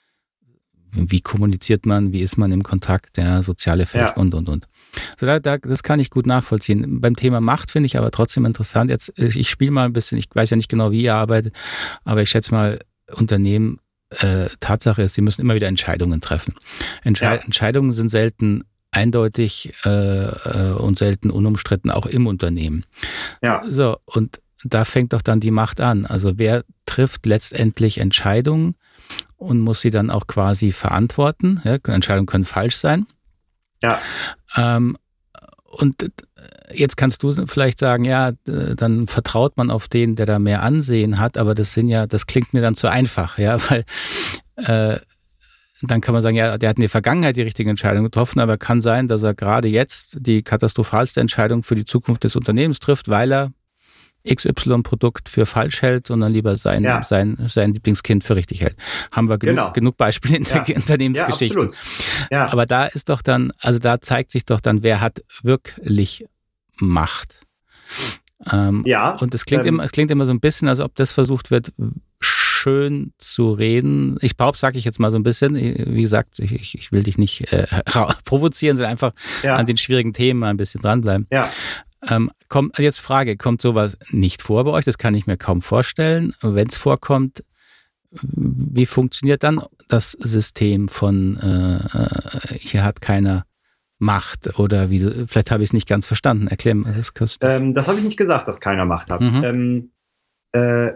äh, wie kommuniziert man, wie ist man im Kontakt, ja, soziale Fähigkeit ja. und, und, und. Also da, da, das kann ich gut nachvollziehen. Beim Thema Macht finde ich aber trotzdem interessant. Jetzt, ich spiele mal ein bisschen, ich weiß ja nicht genau, wie ihr arbeitet, aber ich schätze mal, Unternehmen, Äh, Tatsache ist, sie müssen immer wieder Entscheidungen treffen. Entsche- ja. Entscheidungen sind selten eindeutig äh, und selten unumstritten, auch im Unternehmen. Ja. So, und da fängt doch dann die Macht an. Also wer trifft letztendlich Entscheidungen und muss sie dann auch quasi verantworten? Ja, Entscheidungen können falsch sein. Ja. Ähm, und jetzt kannst du vielleicht sagen, ja, dann vertraut man auf den, der da mehr Ansehen hat, aber das sind ja, das klingt mir dann zu einfach, ja, weil äh, dann kann man sagen, ja, der hat in der Vergangenheit die richtige Entscheidung getroffen, aber kann sein, dass er gerade jetzt die katastrophalste Entscheidung für die Zukunft des Unternehmens trifft, weil er X Y-Produkt für falsch hält und dann lieber sein, ja. sein, sein Lieblingskind für richtig hält. Haben wir genug, genau. genug Beispiele in der ja. Unternehmensgeschichte. Ja, ja. Aber da ist doch dann, also da zeigt sich doch dann, wer hat wirklich Macht. Ähm, ja. Und es klingt, ähm, immer, es klingt immer so ein bisschen, als ob das versucht wird, schön zu reden. Ich behaupte, sage ich jetzt mal so ein bisschen, wie gesagt, ich, ich will dich nicht äh, provozieren, sondern einfach ja. an den schwierigen Themen mal ein bisschen dranbleiben. Ja. Ähm, kommt, jetzt Frage, kommt sowas nicht vor bei euch? Das kann ich mir kaum vorstellen. Wenn es vorkommt, wie funktioniert dann das System von äh, hier hat keiner Macht oder wie du, vielleicht habe ich es nicht ganz verstanden. Erklär mir das. Das, ähm, das habe ich nicht gesagt, dass keiner Macht hat. Mhm. Ähm, äh,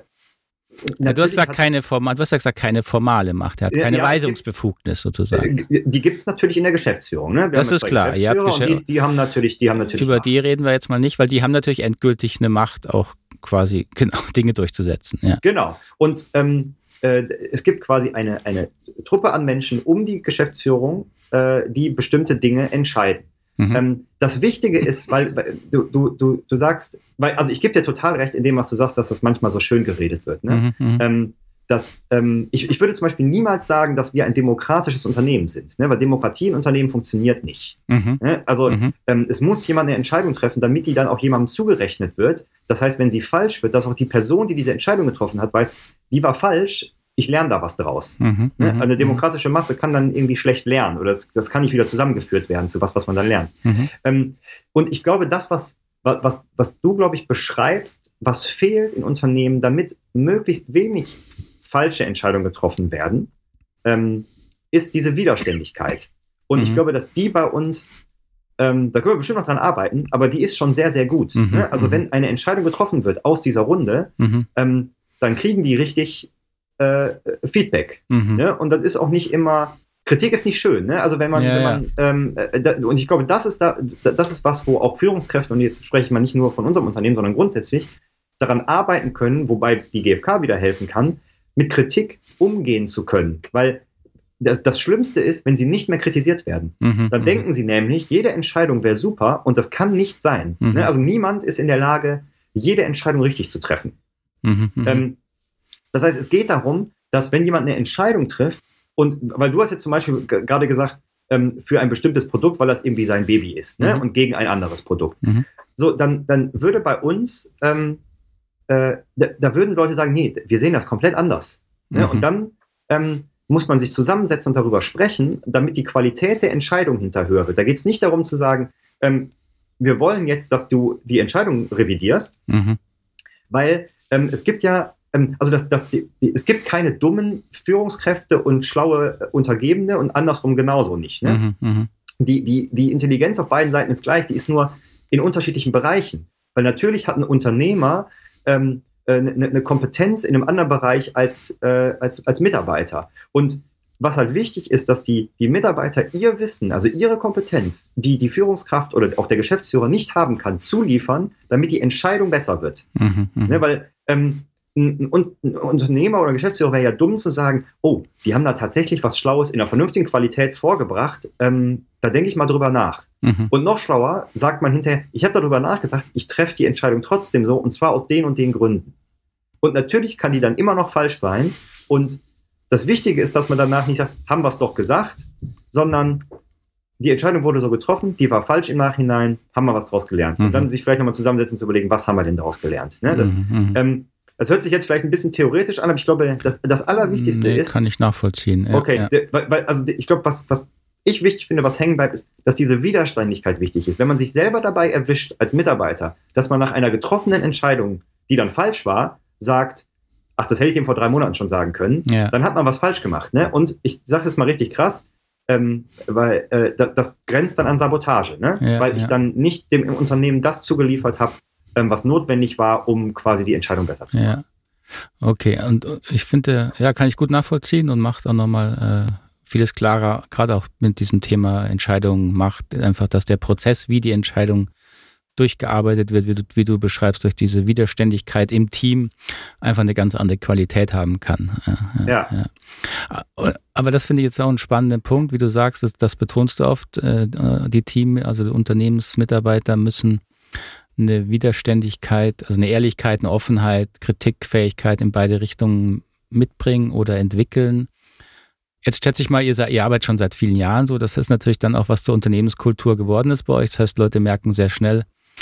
ja, du hast gesagt, keine Formal, du hast gesagt, keine formale Macht, er hat keine ja, gibt, Weisungsbefugnis sozusagen. Die gibt es natürlich in der Geschäftsführung. Ne? Wir das ist klar. Ihr habt Geschäfts- die, die haben natürlich, die haben natürlich über Macht. Die reden wir jetzt mal nicht, weil die haben natürlich endgültig eine Macht, auch quasi genau Dinge durchzusetzen. Ja. Genau. Und ähm, äh, es gibt quasi eine, eine Truppe an Menschen um die Geschäftsführung, äh, die bestimmte Dinge entscheiden. Mhm. Ähm, das Wichtige ist, weil, weil du, du, du, du sagst, weil, also ich gebe dir total recht in dem, was du sagst, dass das manchmal so schön geredet wird. Ne? Mhm. Ähm, dass, ähm, ich, ich würde zum Beispiel niemals sagen, dass wir ein demokratisches Unternehmen sind, ne? Weil Demokratie in Unternehmen funktioniert nicht. Mhm. Ne? Also mhm. ähm, es muss jemand eine Entscheidung treffen, damit die dann auch jemandem zugerechnet wird. Das heißt, wenn sie falsch wird, dass auch die Person, die diese Entscheidung getroffen hat, weiß, die war falsch, ich lerne da was draus. Mhm, ne? Eine demokratische Masse kann dann irgendwie schlecht lernen oder das, das kann nicht wieder zusammengeführt werden zu was, was man dann lernt. Mhm. Ähm, und ich glaube, das, was, was, was du, glaube ich, beschreibst, was fehlt in Unternehmen, damit möglichst wenig falsche Entscheidungen getroffen werden, ähm, ist diese Widerständigkeit. Und mhm. ich glaube, dass die bei uns, ähm, da können wir bestimmt noch dran arbeiten, aber die ist schon sehr, sehr gut. Mhm, ne? Also wenn eine Entscheidung getroffen wird aus dieser Runde, mhm. ähm, dann kriegen die richtig Äh, Feedback. Mhm. Ne? Und das ist auch nicht immer, Kritik ist nicht schön. Ne? Also wenn man, ja, wenn man ja. ähm, äh, da, und ich glaube, das ist da, das ist was, wo auch Führungskräfte, und jetzt spreche ich mal nicht nur von unserem Unternehmen, sondern grundsätzlich daran arbeiten können, wobei die G F K wieder helfen kann, mit Kritik umgehen zu können. Weil das, das Schlimmste ist, wenn sie nicht mehr kritisiert werden. Mhm. Dann mhm. denken sie nämlich, jede Entscheidung wäre super und das kann nicht sein. Mhm. Ne? Also niemand ist in der Lage, jede Entscheidung richtig zu treffen. Mhm. Ähm, Das heißt, es geht darum, dass wenn jemand eine Entscheidung trifft, und weil du hast jetzt zum Beispiel g- gerade gesagt, ähm, für ein bestimmtes Produkt, weil das irgendwie sein Baby ist, ne? Mhm. Und gegen ein anderes Produkt. Mhm. So, dann, dann würde bei uns, ähm, äh, da, da würden Leute sagen, nee, wir sehen das komplett anders. Mhm. Ne? Und dann ähm, muss man sich zusammensetzen und darüber sprechen, damit die Qualität der Entscheidung hinter höher wird. Da geht es nicht darum zu sagen, ähm, wir wollen jetzt, dass du die Entscheidung revidierst, mhm. weil ähm, es gibt ja Also das, das, die, die, es gibt keine dummen Führungskräfte und schlaue Untergebene und andersrum genauso nicht. Ne? Mhm, die, die, die Intelligenz auf beiden Seiten ist gleich, die ist nur in unterschiedlichen Bereichen. Weil natürlich hat ein Unternehmer ähm, eine, eine Kompetenz in einem anderen Bereich als, äh, als, als Mitarbeiter. Und was halt wichtig ist, dass die, die Mitarbeiter ihr Wissen, also ihre Kompetenz, die die Führungskraft oder auch der Geschäftsführer nicht haben kann, zuliefern, damit die Entscheidung besser wird. Mhm, ne? Weil ähm, Ein, ein Unternehmer oder Geschäftsführer wäre ja dumm zu sagen, oh, die haben da tatsächlich was Schlaues in einer vernünftigen Qualität vorgebracht, ähm, da denke ich mal drüber nach. Mhm. Und noch schlauer sagt man hinterher, ich habe darüber nachgedacht, ich treffe die Entscheidung trotzdem so und zwar aus den und den Gründen. Und natürlich kann die dann immer noch falsch sein und das Wichtige ist, dass man danach nicht sagt, haben wir es doch gesagt, sondern die Entscheidung wurde so getroffen, die war falsch im Nachhinein, haben wir was daraus gelernt. Mhm. Und dann sich vielleicht nochmal zusammensetzen und zu überlegen, was haben wir denn daraus gelernt. Ne? Das, mhm. ähm, Das hört sich jetzt vielleicht ein bisschen theoretisch an, aber ich glaube, das, das Allerwichtigste nee, ist... kann ich nachvollziehen. Ja, okay, ja. De, weil, weil, also ich glaube, was, was ich wichtig finde, was hängen bleibt, ist, dass diese Widerständigkeit wichtig ist. Wenn man sich selber dabei erwischt als Mitarbeiter, dass man nach einer getroffenen Entscheidung, die dann falsch war, sagt, ach, das hätte ich ihm vor drei Monaten schon sagen können, ja. dann hat man was falsch gemacht. Ne? Und ich sage das mal richtig krass, ähm, weil äh, das, das grenzt dann an Sabotage, ne? Ja, weil ich ja. dann nicht dem Unternehmen das zugeliefert habe, was notwendig war, um quasi die Entscheidung besser zu machen. Ja. Okay, und ich finde, ja, kann ich gut nachvollziehen und macht auch nochmal äh, vieles klarer, gerade auch mit diesem Thema Entscheidung macht einfach, dass der Prozess, wie die Entscheidung durchgearbeitet wird, wie du, wie du beschreibst, durch diese Widerständigkeit im Team einfach eine ganz andere Qualität haben kann. Ja, ja, ja. ja. Aber das finde ich jetzt auch einen spannenden Punkt, wie du sagst, das, das betonst du oft, äh, die Team, also die Unternehmensmitarbeiter müssen eine Widerständigkeit, also eine Ehrlichkeit, eine Offenheit, Kritikfähigkeit in beide Richtungen mitbringen oder entwickeln. Jetzt schätze ich mal, ihr, ihr arbeitet schon seit vielen Jahren so. Das ist natürlich dann auch, was zur Unternehmenskultur geworden ist bei euch. Das heißt, Leute merken sehr schnell,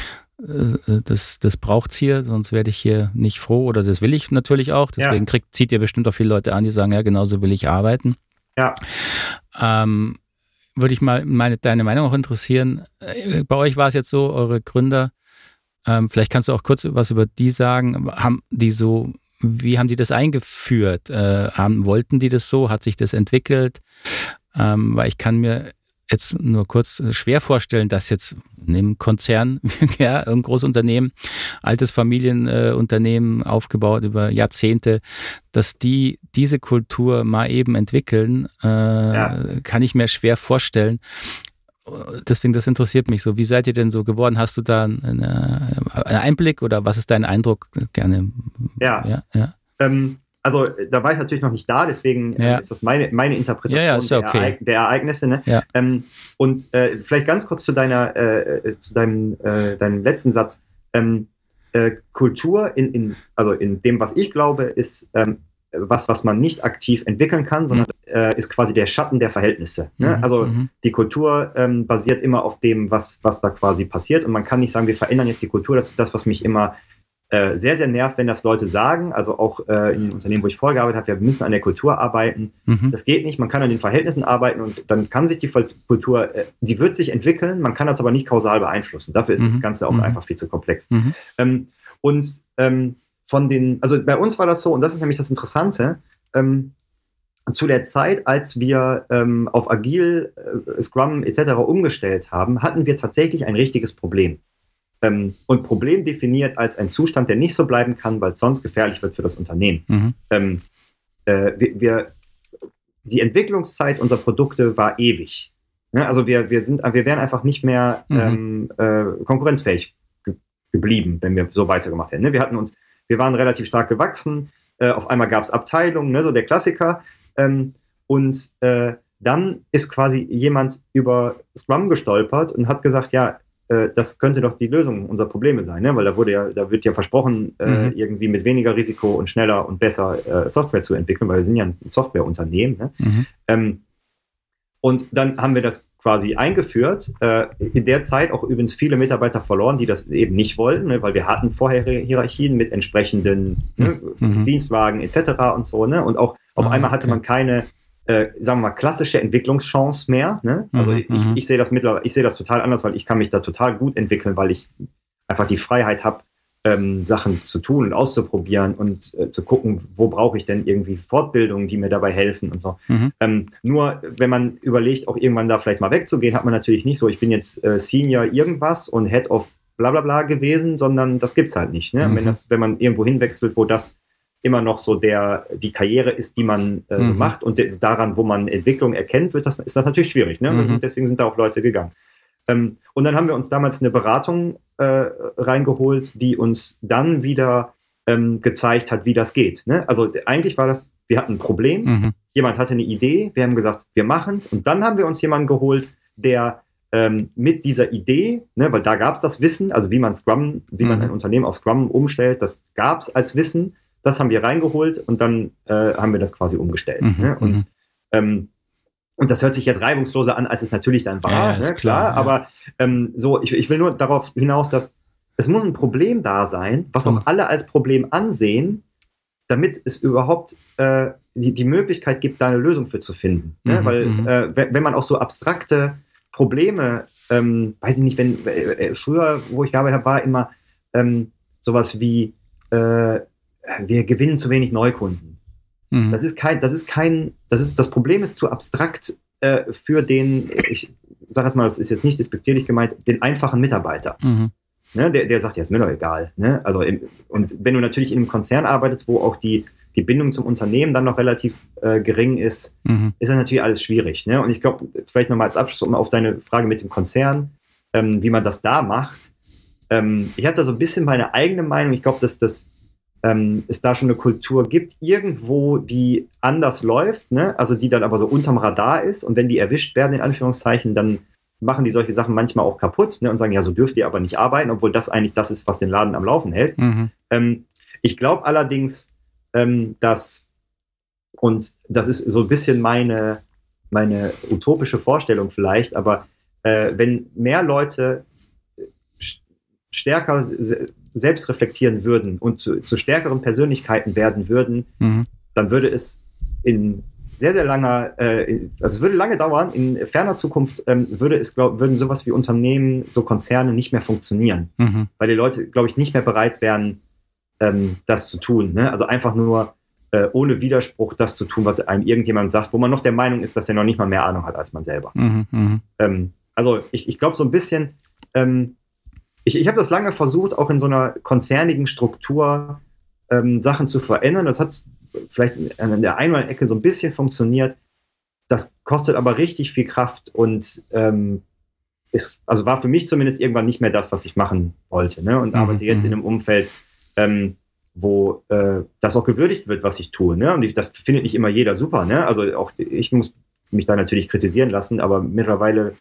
das, das braucht's hier, sonst werde ich hier nicht froh oder das will ich natürlich auch. Deswegen kriegt, zieht ihr bestimmt auch viele Leute an, die sagen, ja, genauso will ich arbeiten. Ja. Ähm, würde ich mal meine, deine Meinung auch interessieren. Bei euch war es jetzt so, eure Gründer, Ähm, vielleicht kannst du auch kurz was über die sagen. Haben die so wie haben die das eingeführt? Äh, haben, wollten die das so? Hat sich das entwickelt? Ähm, weil ich kann mir jetzt nur kurz schwer vorstellen, dass jetzt ein Konzern, ja, ein Großunternehmen, altes Familienunternehmen äh, aufgebaut über Jahrzehnte, dass die diese Kultur mal eben entwickeln, äh, ja. kann ich mir schwer vorstellen. Deswegen, das interessiert mich so. Wie seid ihr denn so geworden? Hast du da eine, einen Einblick oder was ist dein Eindruck? Gerne. Ja, ja. ja. Ähm, also da war ich natürlich noch nicht da, deswegen ja. äh, ist das meine, meine Interpretation ja, ja, ist ja okay. der, Ereig- der Ereignisse. Ne? Ja. Ähm, und äh, vielleicht ganz kurz zu deiner, äh, zu deinem, äh, deinem letzten Satz. Ähm, äh, Kultur in, in, also in dem, was ich glaube, ist ähm, was, was man nicht aktiv entwickeln kann, sondern mhm. äh, ist quasi der Schatten der Verhältnisse. Ne? Mhm. Also mhm. die Kultur ähm, basiert immer auf dem, was, was da quasi passiert. Und man kann nicht sagen, wir verändern jetzt die Kultur. Das ist das, was mich immer äh, sehr, sehr nervt, wenn das Leute sagen. Also auch äh, in den Unternehmen, wo ich vorher gearbeitet habe, wir müssen an der Kultur arbeiten. Mhm. Das geht nicht. Man kann an den Verhältnissen arbeiten und dann kann sich die Kultur, äh, die wird sich entwickeln. Man kann das aber nicht kausal beeinflussen. Dafür ist mhm. das Ganze auch mhm. einfach viel zu komplex. Mhm. Ähm, und ähm, von den, also bei uns war das so, und das ist nämlich das Interessante, ähm, zu der Zeit, als wir ähm, auf Agil, äh, Scrum et cetera umgestellt haben, hatten wir tatsächlich ein richtiges Problem. Ähm, und Problem definiert als ein Zustand, der nicht so bleiben kann, weil es sonst gefährlich wird für das Unternehmen. Mhm. Ähm, äh, wir, wir, die Entwicklungszeit unserer Produkte war ewig. Ja, also wir, wir, sind, wir wären einfach nicht mehr mhm. ähm, äh, konkurrenzfähig ge- geblieben, wenn wir so weitergemacht hätten. Ne? Wir hatten uns Wir waren relativ stark gewachsen. Äh, auf einmal gab es Abteilungen, ne, so der Klassiker. Ähm, und äh, dann ist quasi jemand über Scrum gestolpert und hat gesagt, ja, äh, das könnte doch die Lösung unserer Probleme sein, ne? Weil da wurde ja, da wird ja versprochen, äh, mhm. irgendwie mit weniger Risiko und schneller und besser äh, Software zu entwickeln, weil wir sind ja ein Softwareunternehmen. Ne? Mhm. Ähm, Und dann haben wir das quasi eingeführt. Äh, in der Zeit auch übrigens viele Mitarbeiter verloren, die das eben nicht wollten, ne, weil wir hatten vorher Hierarchien mit entsprechenden ne, mhm. Dienstwagen et cetera und so. Ne? Und auch auf ah, einmal hatte okay. man keine, äh, sagen wir mal, klassische Entwicklungschance mehr. Ne? Also mhm. ich, ich sehe das mittlerweile, ich sehe das total anders, weil ich kann mich da total gut entwickeln, weil ich einfach die Freiheit habe, Ähm, Sachen zu tun und auszuprobieren und äh, zu gucken, wo brauche ich denn irgendwie Fortbildungen, die mir dabei helfen und so. Mhm. Ähm, nur, wenn man überlegt, auch irgendwann da vielleicht mal wegzugehen, hat man natürlich nicht so, ich bin jetzt äh, Senior irgendwas und Head of bla bla bla gewesen, sondern das gibt's halt nicht. Ne? Mhm. Wenn, das, wenn man irgendwo hinwechselt, wo das immer noch so der die Karriere ist, die man äh, mhm. so macht und de- daran, wo man Entwicklung erkennt, wird das, ist das natürlich schwierig. Ne? Mhm. Sind, deswegen sind da auch Leute gegangen. Ähm, und dann haben wir uns damals eine Beratung äh, reingeholt, die uns dann wieder ähm, gezeigt hat, wie das geht. Ne? Also eigentlich war das, wir hatten ein Problem, mhm. jemand hatte eine Idee, wir haben gesagt, wir machen es. Und dann haben wir uns jemanden geholt, der ähm, mit dieser Idee, ne, weil da gab es das Wissen, also wie man Scrum, wie mhm. man ein Unternehmen auf Scrum umstellt, das gab es als Wissen, das haben wir reingeholt und dann äh, haben wir das quasi umgestellt. Mhm. Ne? Und ähm, Und das hört sich jetzt reibungsloser an, als es natürlich dann war, ja, ne? klar, klar. Ja. Aber ähm, so, ich, ich will nur darauf hinaus, dass es muss ein Problem da sein, was auch alle als Problem ansehen, damit es überhaupt äh, die, die Möglichkeit gibt, da eine Lösung für zu finden. Mhm, ne? Weil äh, wenn man auch so abstrakte Probleme, ähm, weiß ich nicht, wenn äh, früher, wo ich gearbeitet habe, war immer ähm, sowas wie äh, wir gewinnen zu wenig Neukunden. Das ist kein, das ist kein, das ist, das Problem ist zu abstrakt äh, für den, ich sage jetzt mal, das ist jetzt nicht despektierlich gemeint, den einfachen Mitarbeiter. Mhm. Ne, der, der sagt, ja, ist mir doch egal. Ne? Also, im, und wenn du natürlich in einem Konzern arbeitest, wo auch die, die Bindung zum Unternehmen dann noch relativ äh, gering ist, mhm. ist das natürlich alles schwierig. Ne? Und ich glaube, vielleicht nochmal als Abschluss, um auf deine Frage mit dem Konzern, ähm, wie man das da macht. Ähm, ich habe da so ein bisschen meine eigene Meinung. Ich glaube, dass das Ähm, es da schon eine Kultur gibt, irgendwo, die anders läuft, ne? Also die dann aber so unterm Radar ist und wenn die erwischt werden, in Anführungszeichen, dann machen die solche Sachen manchmal auch kaputt, ne? Und sagen, ja, so dürft ihr aber nicht arbeiten, obwohl das eigentlich das ist, was den Laden am Laufen hält. Mhm. Ähm, ich glaube allerdings, ähm, dass, und das ist so ein bisschen meine, meine utopische Vorstellung vielleicht, aber äh, wenn mehr Leute stärker selbst reflektieren würden und zu, zu stärkeren Persönlichkeiten werden würden, mhm. dann würde es in sehr, sehr langer, äh, also es würde lange dauern, in ferner Zukunft ähm, würde es, glaub, würden sowas wie Unternehmen, so Konzerne nicht mehr funktionieren. Mhm. Weil die Leute, glaube ich, nicht mehr bereit wären, ähm, das zu tun. Ne? Also einfach nur äh, ohne Widerspruch das zu tun, was einem irgendjemand sagt, wo man noch der Meinung ist, dass er noch nicht mal mehr Ahnung hat als man selber. Mhm, mh. ähm, also ich, ich glaube so ein bisschen, ähm, ich, ich habe das lange versucht, auch in so einer konzernigen Struktur ähm, Sachen zu verändern. Das hat vielleicht an der einen oder anderen Ecke so ein bisschen funktioniert. Das kostet aber richtig viel Kraft und ähm, ist, also war für mich zumindest irgendwann nicht mehr das, was ich machen wollte. Ne? Und mhm, arbeite jetzt in einem Umfeld, ähm, wo äh, das auch gewürdigt wird, was ich tue. Ne? Und ich, das findet nicht immer jeder super. Ne? Also auch ich muss mich da natürlich kritisieren lassen, aber mittlerweile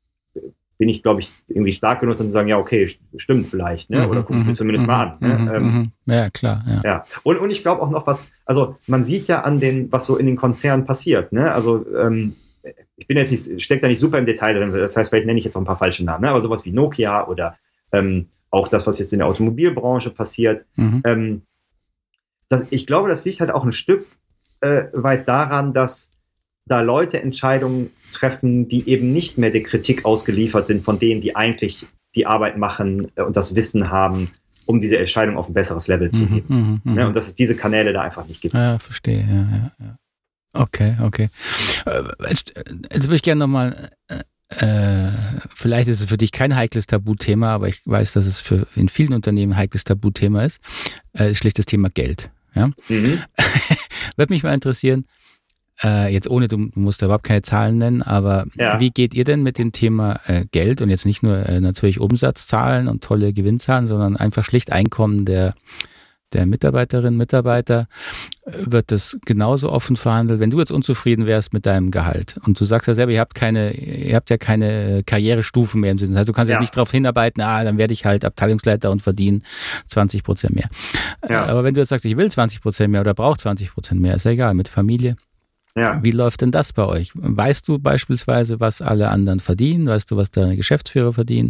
bin ich, glaube ich, irgendwie stark genug, um zu sagen, ja, okay, stimmt vielleicht, ne? Oder guck ich mir zumindest mhm, mal an. Ne? Mhm, ähm, ja, klar. Ja. ja. Und, und ich glaube auch noch was, also man sieht ja an den, was so in den Konzernen passiert. Ne? Also ähm, ich bin jetzt nicht, stecke da nicht super im Detail drin, das heißt, vielleicht nenne ich jetzt auch ein paar falsche Namen, ne? Aber sowas wie Nokia oder ähm, auch das, was jetzt in der Automobilbranche passiert. Mhm. Ähm, das, ich glaube, das liegt halt auch ein Stück äh, weit daran, dass da Leute Entscheidungen treffen, die eben nicht mehr der Kritik ausgeliefert sind von denen, die eigentlich die Arbeit machen äh, und das Wissen haben, um diese Entscheidung auf ein besseres Level zu heben. Mhm, ne? Und dass es diese Kanäle da einfach nicht gibt. Ja, verstehe. Ja, ja, ja. Okay, okay. Jetzt, jetzt würde ich gerne nochmal, äh, vielleicht ist es für dich kein heikles Tabuthema, aber ich weiß, dass es für in vielen Unternehmen ein heikles Tabuthema ist, äh, ist schlicht das Thema Geld. Ja? Mhm. Würde mich mal interessieren, Äh, jetzt ohne, du musst da überhaupt keine Zahlen nennen, aber ja. Wie geht ihr denn mit dem Thema äh, Geld und jetzt nicht nur äh, natürlich Umsatzzahlen und tolle Gewinnzahlen, sondern einfach schlicht Einkommen der, der Mitarbeiterinnen und Mitarbeiter? Äh, wird das genauso offen verhandelt? Wenn du jetzt unzufrieden wärst mit deinem Gehalt und du sagst ja selber, ihr habt keine, ihr habt ja keine Karrierestufen mehr im Sinne, also du kannst ja. jetzt nicht darauf hinarbeiten, ah, dann werde ich halt Abteilungsleiter und verdiene zwanzig Prozent mehr. Ja. Äh, aber wenn du jetzt sagst, ich will zwanzig Prozent mehr oder brauche zwanzig Prozent mehr, ist ja egal, mit Familie. Ja. Wie läuft denn das bei euch? Weißt du beispielsweise, was alle anderen verdienen? Weißt du, was deine Geschäftsführer verdienen?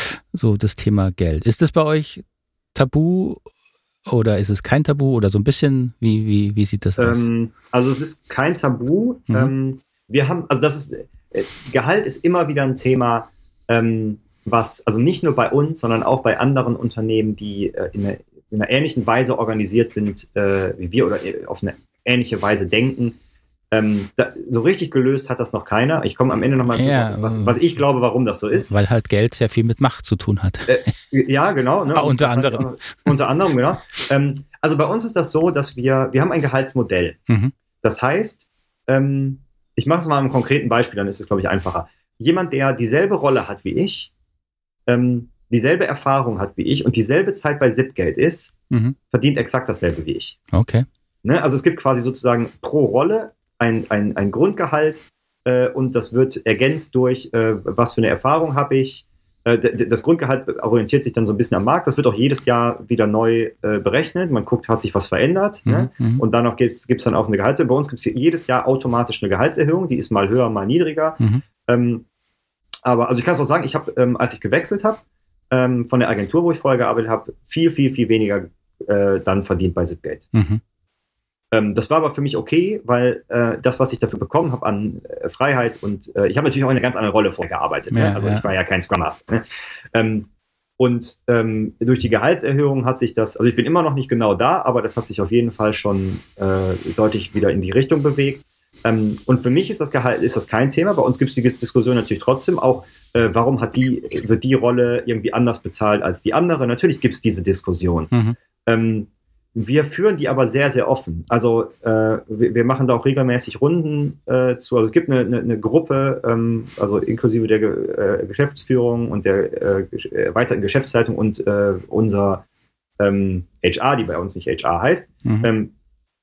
So das Thema Geld. Ist das bei euch tabu oder ist es kein Tabu oder so ein bisschen? Wie, wie, wie sieht das aus? Ähm, also es ist kein Tabu. Mhm. Ähm, wir haben, also das ist, äh, Gehalt ist immer wieder ein Thema, ähm, was, also nicht nur bei uns, sondern auch bei anderen Unternehmen, die äh, in, einer, in einer ähnlichen Weise organisiert sind äh, wie wir oder auf eine ähnliche Weise denken. Ähm, da, so richtig gelöst hat das noch keiner. Ich komme am Ende nochmal ja, zu, was, was ich glaube, warum das so ist. Weil halt Geld sehr viel mit Macht zu tun hat. Äh, ja, genau. Ne? Ah, unter anderem. Auch, unter anderem, genau. Ähm, also bei uns ist das so, dass wir, wir haben ein Gehaltsmodell. Mhm. Das heißt, ähm, ich mache es mal einem konkreten Beispiel, dann ist es, glaube ich, einfacher. Jemand, der dieselbe Rolle hat wie ich, ähm, dieselbe Erfahrung hat wie ich und dieselbe Zeit bei Zipgate ist, mhm. verdient exakt dasselbe wie ich. Okay. Ne? Also es gibt quasi sozusagen pro Rolle Ein, ein, ein Grundgehalt äh, und das wird ergänzt durch, äh, was für eine Erfahrung habe ich. Äh, d- das Grundgehalt orientiert sich dann so ein bisschen am Markt. Das wird auch jedes Jahr wieder neu äh, berechnet. Man guckt, hat sich was verändert. Mhm, ne? Und dann gibt es dann auch eine Gehaltserhöhung. Bei uns gibt es jedes Jahr automatisch eine Gehaltserhöhung. Die ist mal höher, mal niedriger. Mhm. Ähm, aber also ich kann es auch sagen, ich habe, ähm, als ich gewechselt habe, ähm, von der Agentur, wo ich vorher gearbeitet habe, viel, viel, viel weniger äh, dann verdient bei Zipgate. Mhm. Ähm, das war aber für mich okay, weil äh, das, was ich dafür bekommen habe an äh, Freiheit und äh, ich habe natürlich auch in eine ganz andere Rolle vorher gearbeitet. Ja, ne? Also ja. Ich war ja kein Scrum Master. Ne? Ähm, und ähm, durch die Gehaltserhöhung hat sich das, also ich bin immer noch nicht genau da, aber das hat sich auf jeden Fall schon äh, deutlich wieder in die Richtung bewegt. Ähm, und für mich ist das Gehalt, ist das kein Thema. Bei uns gibt es die Diskussion natürlich trotzdem auch, äh, warum hat die, wird die Rolle irgendwie anders bezahlt als die andere? Natürlich gibt es diese Diskussion. Mhm. Ähm, Wir führen die aber sehr, sehr offen. Also äh, wir, wir machen da auch regelmäßig Runden äh, zu. Also es gibt eine, eine, eine Gruppe, ähm, also inklusive der äh, Geschäftsführung und der äh, weiteren Geschäftsleitung und äh, unser ähm, H R, die bei uns nicht H R heißt, mhm. ähm,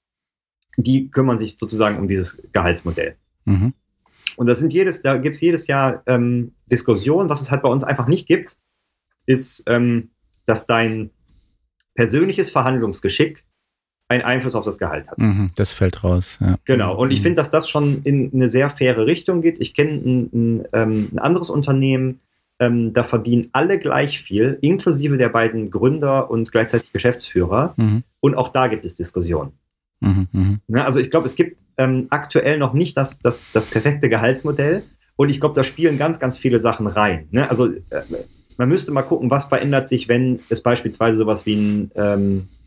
die kümmern sich sozusagen um dieses Gehaltsmodell. Mhm. Und das sind jedes, da gibt es jedes Jahr ähm, Diskussionen. Was es halt bei uns einfach nicht gibt, ist, ähm, dass dein persönliches Verhandlungsgeschick einen Einfluss auf das Gehalt hat. Mhm, das fällt raus. Ja. Genau, und ich finde, dass das schon in eine sehr faire Richtung geht. Ich kenne ein, ein, ähm, ein anderes Unternehmen, ähm, da verdienen alle gleich viel, inklusive der beiden Gründer und gleichzeitig Geschäftsführer. Mhm. Und auch da gibt es Diskussionen. Mhm, mh. Ne, also ich glaube, es gibt ähm, aktuell noch nicht das, das, das perfekte Gehaltsmodell. Und ich glaube, da spielen ganz, ganz viele Sachen rein. Ne? Also äh, man müsste mal gucken, was verändert sich, wenn es beispielsweise sowas wie ein, ähm,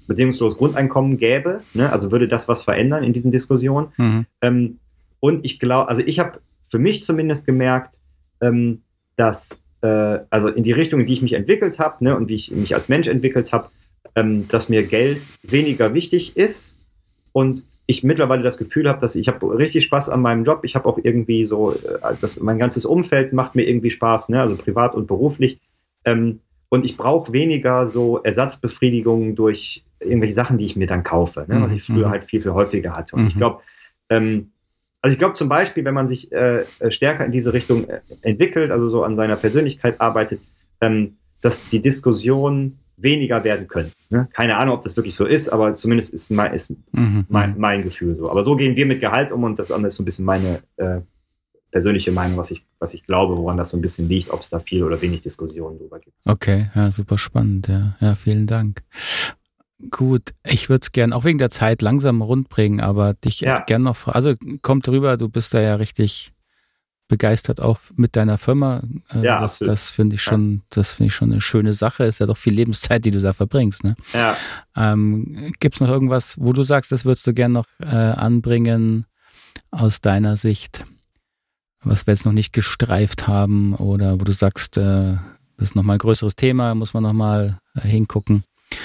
bedingungsloses Grundeinkommen gäbe, ne? Also würde das was verändern in diesen Diskussionen. Mhm. Ähm, und ich glaube, also ich habe für mich zumindest gemerkt, ähm, dass, äh, also in die Richtung, in die ich mich entwickelt habe, ne, und wie ich mich als Mensch entwickelt habe, ähm, dass mir Geld weniger wichtig ist und ich mittlerweile das Gefühl habe, dass ich habe richtig Spaß an meinem Job. Ich habe auch irgendwie so, äh, das, mein ganzes Umfeld macht mir irgendwie Spaß, ne, also privat und beruflich. Ähm, und ich brauche weniger so Ersatzbefriedigungen durch irgendwelche Sachen, die ich mir dann kaufe, ne, was ich früher mhm. halt viel, viel häufiger hatte. Und mhm. ich glaube, ähm, also ich glaube zum Beispiel, wenn man sich äh, stärker in diese Richtung äh, entwickelt, also so an seiner Persönlichkeit arbeitet, ähm, dass die Diskussion weniger werden können. Ne? Keine Ahnung, ob das wirklich so ist, aber zumindest ist, mein, ist mhm. mein, mein Gefühl so. Aber so gehen wir mit Gehalt um und das andere ist so ein bisschen meine äh, persönliche Meinung, was ich, was ich glaube, woran das so ein bisschen liegt, ob es da viel oder wenig Diskussionen drüber gibt. Okay, ja, super spannend. Ja, ja, vielen Dank. Gut, ich würde es gerne, auch wegen der Zeit, langsam rundbringen, aber dich ja. gerne noch fragen. Also kommt rüber, du bist da ja richtig begeistert auch mit deiner Firma. Ja, das das finde ich schon, ja. das finde ich schon eine schöne Sache. Ist ja doch viel Lebenszeit, die du da verbringst. Ne? Ja. Ähm, gibt es noch irgendwas, wo du sagst, das würdest du gerne noch äh, anbringen aus deiner Sicht, was wir jetzt noch nicht gestreift haben oder wo du sagst, äh, das ist nochmal ein größeres Thema, muss man nochmal äh, hingucken?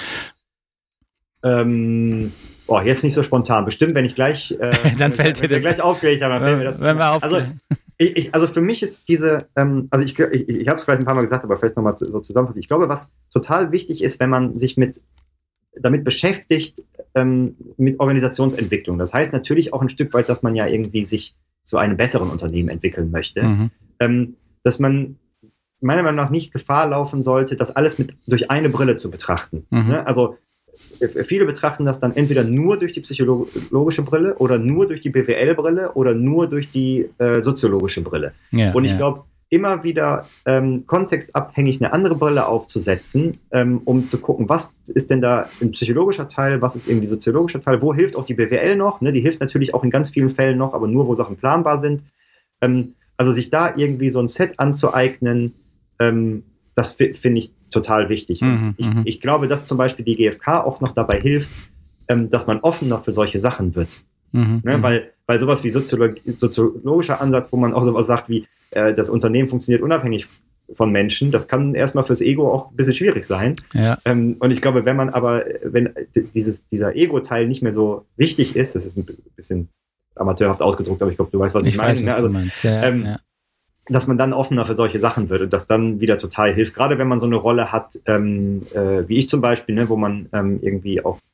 Ähm, oh, jetzt nicht so spontan. Bestimmt, wenn ich gleich, äh, dann fällt wenn dir das gleich aufgelegt habe, dann fällt mir das. Wenn wir also, ich, ich, also für mich ist diese, ähm, also ich, ich, ich habe es vielleicht ein paar Mal gesagt, aber vielleicht nochmal so zusammenfassen. Ich glaube, was total wichtig ist, wenn man sich mit damit beschäftigt, ähm, mit Organisationsentwicklung. Das heißt natürlich auch ein Stück weit, dass man ja irgendwie sich zu einem besseren Unternehmen entwickeln möchte. Mhm. Ähm, dass man meiner Meinung nach nicht Gefahr laufen sollte, das alles mit durch eine Brille zu betrachten. Mhm. Ne? Also viele betrachten das dann entweder nur durch die psychologische Brille oder nur durch die B W L-Brille oder nur durch die äh, soziologische Brille. Ja, und ich ja. glaube, immer wieder ähm, kontextabhängig eine andere Brille aufzusetzen, ähm, um zu gucken, was ist denn da ein psychologischer Teil, was ist irgendwie soziologischer Teil, wo hilft auch die B W L noch, ne? Die hilft natürlich auch in ganz vielen Fällen noch, aber nur, wo Sachen planbar sind. Ähm, also sich da irgendwie so ein Set anzueignen, ähm, das f- finde ich total wichtig. Und mhm, ich, ich glaube, dass zum Beispiel die G f K auch noch dabei hilft, ähm, dass man offener für solche Sachen wird. Mhm, ne? weil, weil sowas wie Soziolog- soziologischer Ansatz, wo man auch sowas sagt wie, äh, das Unternehmen funktioniert unabhängig von Menschen, das kann erstmal fürs Ego auch ein bisschen schwierig sein. Ja. Ähm, und ich glaube, wenn man aber, wenn dieses, dieser Ego-Teil nicht mehr so wichtig ist, das ist ein bisschen amateurhaft ausgedrückt, aber ich glaube, du weißt, was ich, ich meine. Weiß, was ne? also, du meinst. Ja, ähm, ja. Dass man dann offener für solche Sachen wird und das dann wieder total hilft. Gerade wenn man so eine Rolle hat, ähm, äh, wie ich zum Beispiel, ne, wo man ähm, irgendwie auch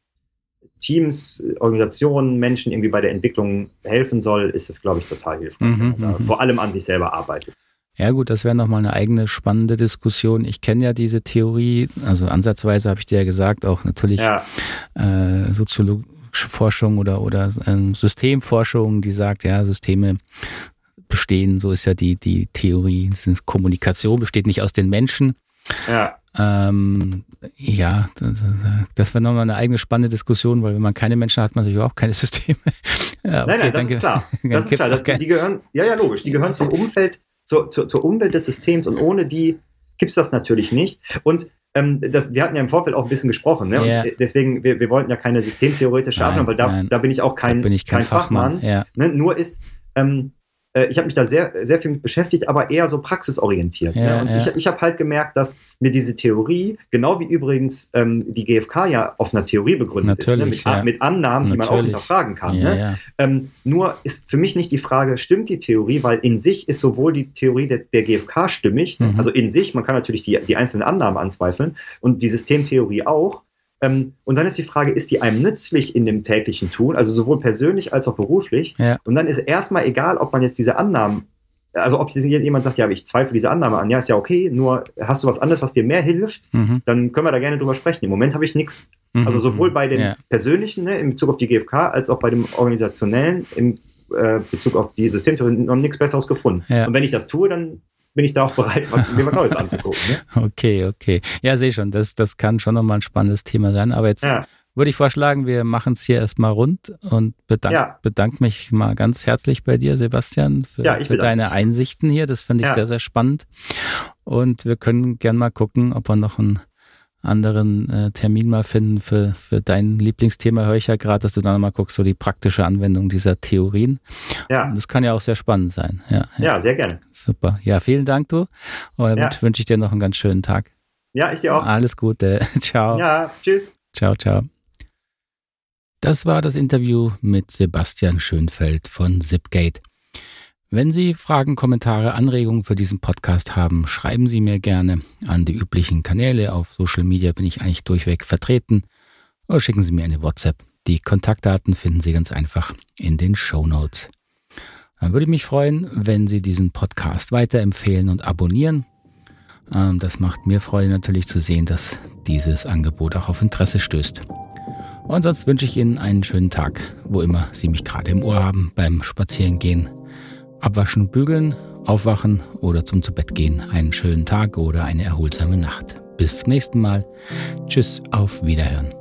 Teams, Organisationen, Menschen irgendwie bei der Entwicklung helfen soll, ist das, glaube ich, total hilfreich, mhm, wenn man da vor allem an sich selber arbeitet. Ja gut, das wäre nochmal eine eigene spannende Diskussion. Ich kenne ja diese Theorie, also ansatzweise habe ich dir ja gesagt, auch natürlich ja. äh, soziologische Forschung oder, oder ähm, Systemforschung, die sagt, ja, Systeme bestehen, so ist ja die, die Theorie, Kommunikation besteht nicht aus den Menschen. Ja. Ähm, ja, das, das wäre nochmal eine eigene spannende Diskussion, weil wenn man keine Menschen hat, hat man natürlich auch keine Systeme. Ja, okay, nein, nein, das danke. ist klar. Das ist klar. Das, die gehören, ja, ja, logisch, die gehören zum Umfeld, zur, zur, zur Umwelt des Systems und ohne die gibt es das natürlich nicht. Und ähm, das, wir hatten ja im Vorfeld auch ein bisschen gesprochen, ne? Ja. Und deswegen, wir, wir wollten ja keine systemtheoretische Arbeit, weil da, da bin ich auch kein, bin ich kein, kein Fachmann. Fachmann. Ja. Ne? Nur ist, ähm, ich habe mich da sehr, sehr viel mit beschäftigt, aber eher so praxisorientiert. Ja, ne? Und ja. ich, ich habe halt gemerkt, dass mir diese Theorie, genau wie übrigens ähm, die G f K ja auf einer Theorie begründet Natürlich, ist, ne? mit, ja. mit Annahmen, Natürlich. die man auch hinterfragen kann. Ja, ne? ja. Ähm, nur ist für mich nicht die Frage, stimmt die Theorie, weil in sich ist sowohl die Theorie der, der G f K stimmig, mhm. also in sich, man kann natürlich die, die einzelnen Annahmen anzweifeln und die Systemtheorie auch. Ähm, und dann ist die Frage, ist die einem nützlich in dem täglichen Tun, also sowohl persönlich als auch beruflich? Ja. Und dann ist erstmal egal, ob man jetzt diese Annahmen, also ob jemand sagt, ja, ich zweifle diese Annahme an, ja, ist ja okay, nur hast du was anderes, was dir mehr hilft, mhm. dann können wir da gerne drüber sprechen. Im Moment habe ich nichts, mhm. also sowohl bei dem ja. persönlichen, ne, in Bezug auf die G f K, als auch bei dem organisationellen, in äh, Bezug auf die Systemtheorie, noch nichts Besseres gefunden. Ja. Und wenn ich das tue, dann bin ich da auch bereit, mir was Neues anzugucken. Ne? Okay, okay. Ja, sehe schon, das, das kann schon nochmal ein spannendes Thema sein, aber jetzt ja. würde ich vorschlagen, wir machen es hier erstmal rund und bedank, ja. bedanke mich mal ganz herzlich bei dir, Sebastian, für, ja, für deine Einsichten hier. Das finde ich ja. sehr, sehr spannend. Und wir können gern mal gucken, ob wir noch ein, anderen äh, Termin mal finden für, für dein Lieblingsthema. Höre ich ja gerade, dass du dann mal guckst, so die praktische Anwendung dieser Theorien. Ja. Und das kann ja auch sehr spannend sein. Ja, ja. ja sehr gerne. Super. Ja, vielen Dank, du. Und ja. wünsche ich dir noch einen ganz schönen Tag. Ja, ich dir auch. Alles Gute. Ciao. Ja, tschüss. Ciao, ciao. Das war das Interview mit Sebastian Schönfeld von Zipgate. Wenn Sie Fragen, Kommentare, Anregungen für diesen Podcast haben, schreiben Sie mir gerne an die üblichen Kanäle. Auf Social Media bin ich eigentlich durchweg vertreten. Oder schicken Sie mir eine WhatsApp. Die Kontaktdaten finden Sie ganz einfach in den Shownotes. Dann würde ich mich freuen, wenn Sie diesen Podcast weiterempfehlen und abonnieren. Das macht mir Freude natürlich zu sehen, dass dieses Angebot auch auf Interesse stößt. Und sonst wünsche ich Ihnen einen schönen Tag, wo immer Sie mich gerade im Ohr haben, beim Spazierengehen. Abwaschen, bügeln, aufwachen oder zum Zubettgehen. Einen schönen Tag oder eine erholsame Nacht. Bis zum nächsten Mal. Tschüss, auf Wiederhören.